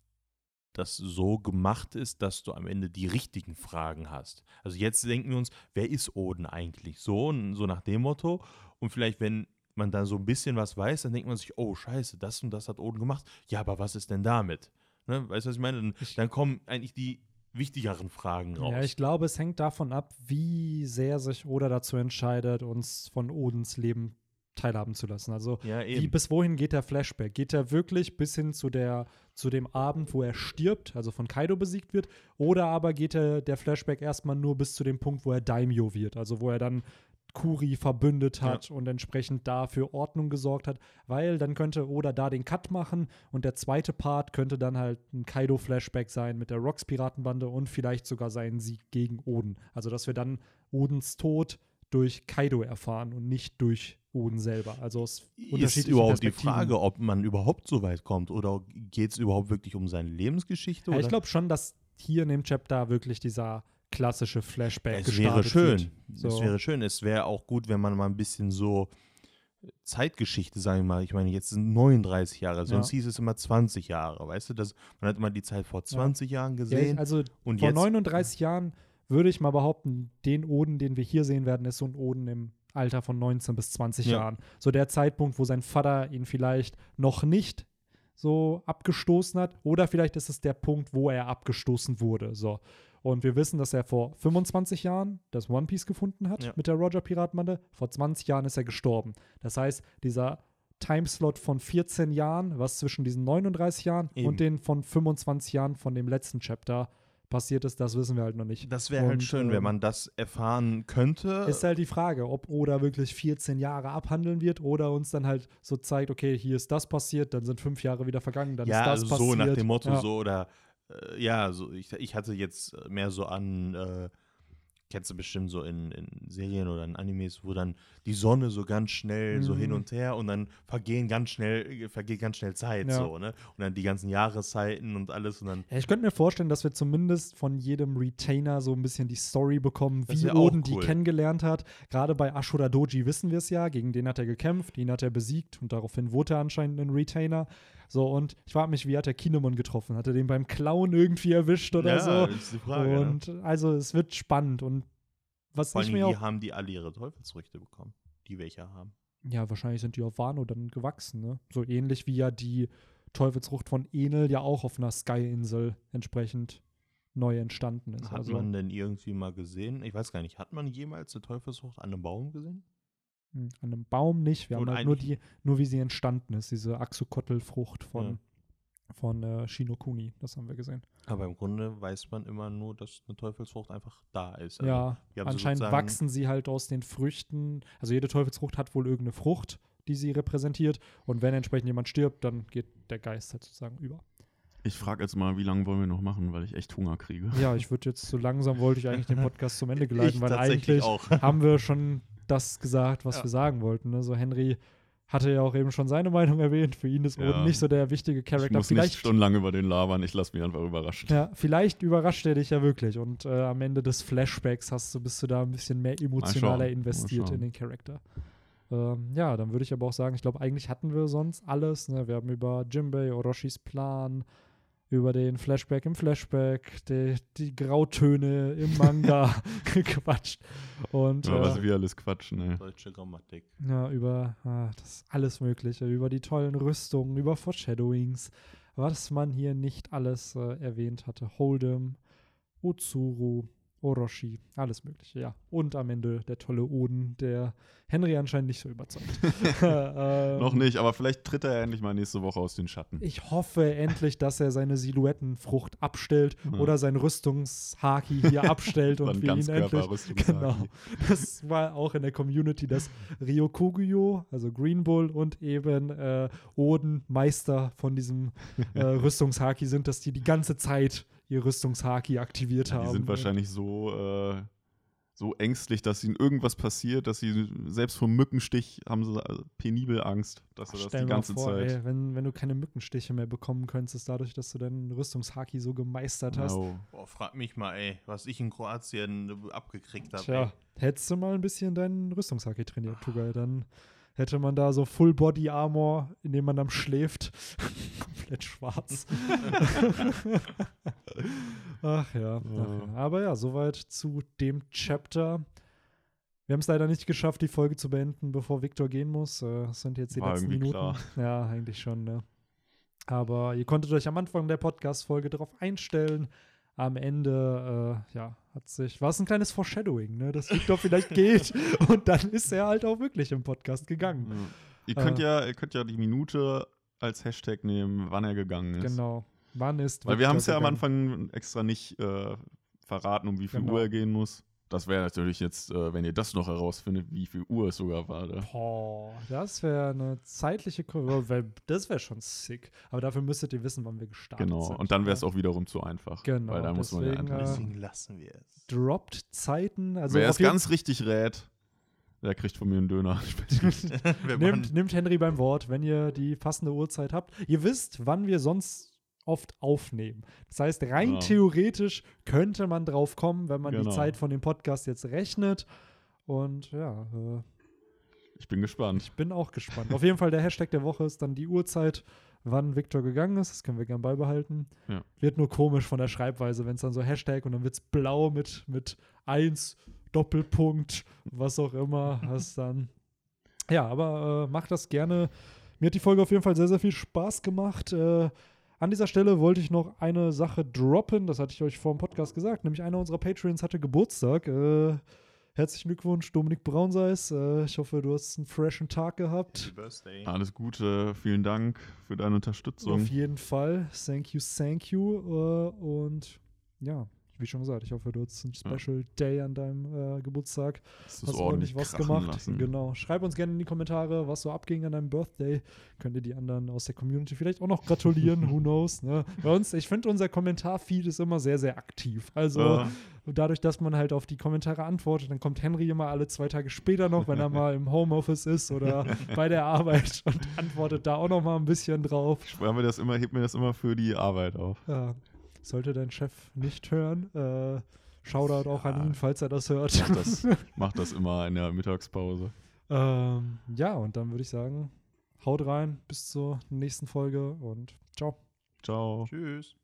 das so gemacht ist, dass du am Ende die richtigen Fragen hast. Also jetzt denken wir uns, wer ist Oden eigentlich? So, so nach dem Motto. Und vielleicht, wenn man da so ein bisschen was weiß, dann denkt man sich, oh scheiße, das und das hat Oden gemacht. Ja, aber was ist denn damit? Ne? Weißt du, was ich meine? Dann, dann kommen eigentlich die wichtigeren Fragen raus. Ja, ich glaube, es hängt davon ab, wie sehr sich Oda dazu entscheidet, uns von Odens Leben teilhaben zu lassen. Also ja, wie, eben. bis wohin geht der Flashback? Geht er wirklich bis hin zu, der, zu dem Abend, wo er stirbt, also von Kaido besiegt wird? Oder aber geht er, der Flashback erstmal nur bis zu dem Punkt, wo er Daimyo wird? Also wo er dann Kuri verbündet hat ja. und entsprechend da für Ordnung gesorgt hat, weil dann könnte Oda da den Cut machen und der zweite Part könnte dann halt ein Kaido-Flashback sein mit der Rocks-Piratenbande und vielleicht sogar seinen Sieg gegen Oden. Also dass wir dann Odens Tod durch Kaido erfahren und nicht durch Oden selber. Also aus ist überhaupt die Frage, ob man überhaupt so weit kommt oder geht es überhaupt wirklich um seine Lebensgeschichte? Ja, oder? Ich glaube schon, dass hier in dem Chapter wirklich dieser klassische Flashback Es gestartet wäre schön. wird. So. Es wäre schön. Es wäre auch gut, wenn man mal ein bisschen so Zeitgeschichte, sagen wir mal, ich meine, jetzt sind neununddreißig Jahre, sonst Ja. hieß es immer zwanzig Jahre, weißt du, das, man hat immer die Zeit vor zwanzig Jahren Ja, gesehen. ich, also und vor jetzt- neununddreißig Jahren würde ich mal behaupten, den Oden, den wir hier sehen werden, ist so ein Oden im Alter von neunzehn bis zwanzig Ja. Jahren. So der Zeitpunkt, wo sein Vater ihn vielleicht noch nicht so abgestoßen hat, oder vielleicht ist es der Punkt, wo er abgestoßen wurde. So. Und wir wissen, dass er vor fünfundzwanzig Jahren das One Piece gefunden hat Ja. mit der Roger-Piratenbande. Vor zwanzig Jahren ist er gestorben. Das heißt, dieser Timeslot von vierzehn Jahren, was zwischen diesen neununddreißig Jahren Eben. und den von fünfundzwanzig Jahren von dem letzten Chapter passiert ist, das wissen wir halt noch nicht. Das wäre halt Und, schön, ähm, wenn man das erfahren könnte. Ist halt die Frage, ob Oda wirklich vierzehn Jahre abhandeln wird oder uns dann halt so zeigt, okay, hier ist das passiert, dann sind fünf Jahre wieder vergangen, dann ja, ist das also passiert. so nach dem Motto, ja. so oder äh, ja, so ich, ich hatte jetzt mehr so an, äh, kennst du bestimmt so in, in Serien oder in Animes, wo dann die Sonne so ganz schnell so Mhm. hin und her und dann vergehen ganz schnell, vergeht ganz schnell Zeit Ja. so, ne? Und dann die ganzen Jahreszeiten und alles und dann. Ja, ich könnte mir vorstellen, dass wir zumindest von jedem Retainer so ein bisschen die Story bekommen, Das wie wär auch Oden die cool. kennengelernt hat. Gerade bei Ashura Doji wissen wir es ja, gegen den hat er gekämpft, ihn hat er besiegt und daraufhin wurde er anscheinend ein Retainer. So, und ich frage mich, wie hat er Kinemon getroffen? Hat er den beim Klauen irgendwie erwischt oder ja, so? das ist die Frage. ne? Und also es wird spannend. Und was Vor ich allem, mir wie auch. haben die alle ihre Teufelsfrüchte bekommen, die welche haben. Ja, wahrscheinlich sind die auf Wano dann gewachsen, ne? So ähnlich wie ja die Teufelsfrucht von Enel ja auch auf einer Sky-Insel entsprechend neu entstanden ist. Hat also, man denn irgendwie mal gesehen? Ich weiß gar nicht, hat man jemals eine Teufelsfrucht an einem Baum gesehen? Hm, an einem Baum nicht. Wir haben Oder halt nur, eigentlich- die, nur wie sie entstanden ist, diese Axolotl-Frucht von, Ja. von äh, Shinokuni. Das haben wir gesehen. Aber im Grunde weiß man immer nur, dass eine Teufelsfrucht einfach da ist. Also, ja, die haben sie anscheinend sozusagen- wachsen sie halt aus den Früchten. Also jede Teufelsfrucht hat wohl irgendeine Frucht, die sie repräsentiert. Und wenn entsprechend jemand stirbt, dann geht der Geist halt sozusagen über. Ich frage jetzt mal, wie lange wollen wir noch machen, weil ich echt Hunger kriege. Ja, ich würde jetzt so langsam, wollte ich eigentlich den Podcast zum Ende geleiten, Ich weil tatsächlich eigentlich auch. haben wir schon das gesagt, was Ja. wir sagen wollten. Ne? So Henry hatte ja auch eben schon seine Meinung erwähnt. Für ihn ist Ja. Oden nicht so der wichtige Ich Charakter. muss nicht Vielleicht, stundenlang über den labern, ich lasse mich einfach überraschen. ja, vielleicht überrascht er dich ja wirklich. Und äh, am Ende des Flashbacks hast du, bist du da ein bisschen mehr emotionaler schauen, investiert mal schauen. in den Charakter. Ähm, ja, dann würde ich aber auch sagen, ich glaube, eigentlich hatten wir sonst alles. Ne? Wir haben über Jinbei, Orochis Plan, über den Flashback im Flashback, die, die Grautöne im Manga gequatscht. Und Ja, was äh, wir alles quatschen, ey. Deutsche Grammatik. ja, über ah, das alles Mögliche, über die tollen Rüstungen, über Foreshadowings, was man hier nicht alles äh, erwähnt hatte. Hold'em, Otsuru, Orochi, alles Mögliche, ja. Und am Ende der tolle Oden, der Henry anscheinend nicht so überzeugt. ähm, Noch nicht, aber vielleicht tritt er endlich mal nächste Woche aus den Schatten. Ich hoffe endlich, dass er seine Silhouettenfrucht abstellt Ja. oder sein Rüstungshaki hier abstellt und Dann wir ihn endlich. Ganzkörperrüstungshaki. Genau. Das war auch in der Community, dass Ryokugyo, also Green Bull und eben äh, Oden Meister von diesem äh, Rüstungshaki sind, dass die die ganze Zeit ihr Rüstungshaki aktiviert Ja, haben. die sind wahrscheinlich so, äh, so ängstlich, dass ihnen irgendwas passiert, dass sie selbst vor Mückenstich haben sie äh, penibel Angst, dass sie das Stell die dir mal ganze vor, Zeit. ey, wenn, wenn du keine Mückenstiche mehr bekommen könntest, dadurch, dass du deinen Rüstungshaki so gemeistert hast. No. Boah, frag mich mal, ey, was ich in Kroatien abgekriegt habe. Tja, hättest du mal ein bisschen deinen Rüstungshaki trainiert, Tugai, dann hätte man da so Full-Body-Armor, in dem man dann schläft. Komplett schwarz. Ach ja, ach ja. Aber ja, soweit zu dem Chapter. Wir haben es leider nicht geschafft, die Folge zu beenden, bevor Victor gehen muss. Äh, Das sind jetzt die War letzten irgendwie Minuten. klar. Ja, eigentlich schon, ne? Aber ihr konntet euch am Anfang der Podcast-Folge darauf einstellen. Am Ende, äh, ja, hat sich, war es ein kleines Foreshadowing, ne, dass Victor vielleicht geht. Und dann ist er halt auch wirklich im Podcast gegangen. Ja. Ihr, könnt Äh. ja, ihr könnt ja die Minute als Hashtag nehmen, wann er gegangen ist. Genau. Wann ist Weil wir Victor haben es ja am gegangen? Anfang extra nicht äh, verraten, um wie viel Genau. Uhr er gehen muss. Das wäre natürlich jetzt, äh, wenn ihr das noch herausfindet, wie viel Uhr es sogar war. Da. Boah, das wäre eine zeitliche Kurve, weil das wäre schon sick. Aber dafür müsstet ihr wissen, wann wir gestartet Genau. sind. Und dann wäre es ja. auch wiederum zu einfach. Genau, Weil da muss man ja deswegen, einfach. äh, Deswegen lassen wir es. Droppt Zeiten. Also Wer auf es jeden- ganz richtig rät, der kriegt von mir einen Döner. Wir Nimmt, machen- nimmt Henry beim Wort, wenn ihr die passende Uhrzeit habt. Ihr wisst, wann wir sonst oft aufnehmen. Das heißt, rein Ja. theoretisch könnte man drauf kommen, wenn man Genau. die Zeit von dem Podcast jetzt rechnet. Und ja, äh, Ich bin gespannt. ich bin auch gespannt. Auf jeden Fall der Hashtag der Woche ist dann die Uhrzeit, wann Victor gegangen ist. Das können wir gern beibehalten. Ja. Wird nur komisch von der Schreibweise, wenn es dann so Hashtag und dann wird es blau mit, mit eins, Doppelpunkt, was auch immer. Hast dann. Ja, aber äh, macht das gerne. Mir hat die Folge auf jeden Fall sehr, sehr viel Spaß gemacht. Äh, an dieser Stelle wollte ich noch eine Sache droppen. Das hatte ich euch vor dem Podcast gesagt. Nämlich einer unserer Patreons hatte Geburtstag. Äh, Herzlichen Glückwunsch, Dominik Braunseis. Äh, ich hoffe, du hast einen freshen Tag gehabt. Happy Birthday. Alles Gute, vielen Dank für deine Unterstützung. Auf jeden Fall. Thank you, thank you. Äh, und ja, wie schon gesagt, ich hoffe, du hast einen Special Day an deinem äh, Geburtstag. Das ist Hast ordentlich was krachen gemacht. lassen. Genau. Schreib uns gerne in die Kommentare, was so abging an deinem Birthday. Könnt ihr die anderen aus der Community vielleicht auch noch gratulieren. Who knows? Ne? Bei uns, ich finde, unser Kommentarfeed ist immer sehr, sehr aktiv. Also Ja. dadurch, dass man halt auf die Kommentare antwortet, dann kommt Henry immer alle zwei Tage später noch, wenn er mal im Homeoffice ist oder bei der Arbeit und antwortet da auch noch mal ein bisschen drauf. Ich spare mir das immer, heb mir das immer für die Arbeit auf. Ja. Sollte dein Chef nicht hören, äh, Shoutout auch an Ja. ihn, falls er das hört. Mach das, mach das immer in der Mittagspause. ähm, ja, und dann würde ich sagen, haut rein, bis zur nächsten Folge und ciao. Ciao. Tschüss.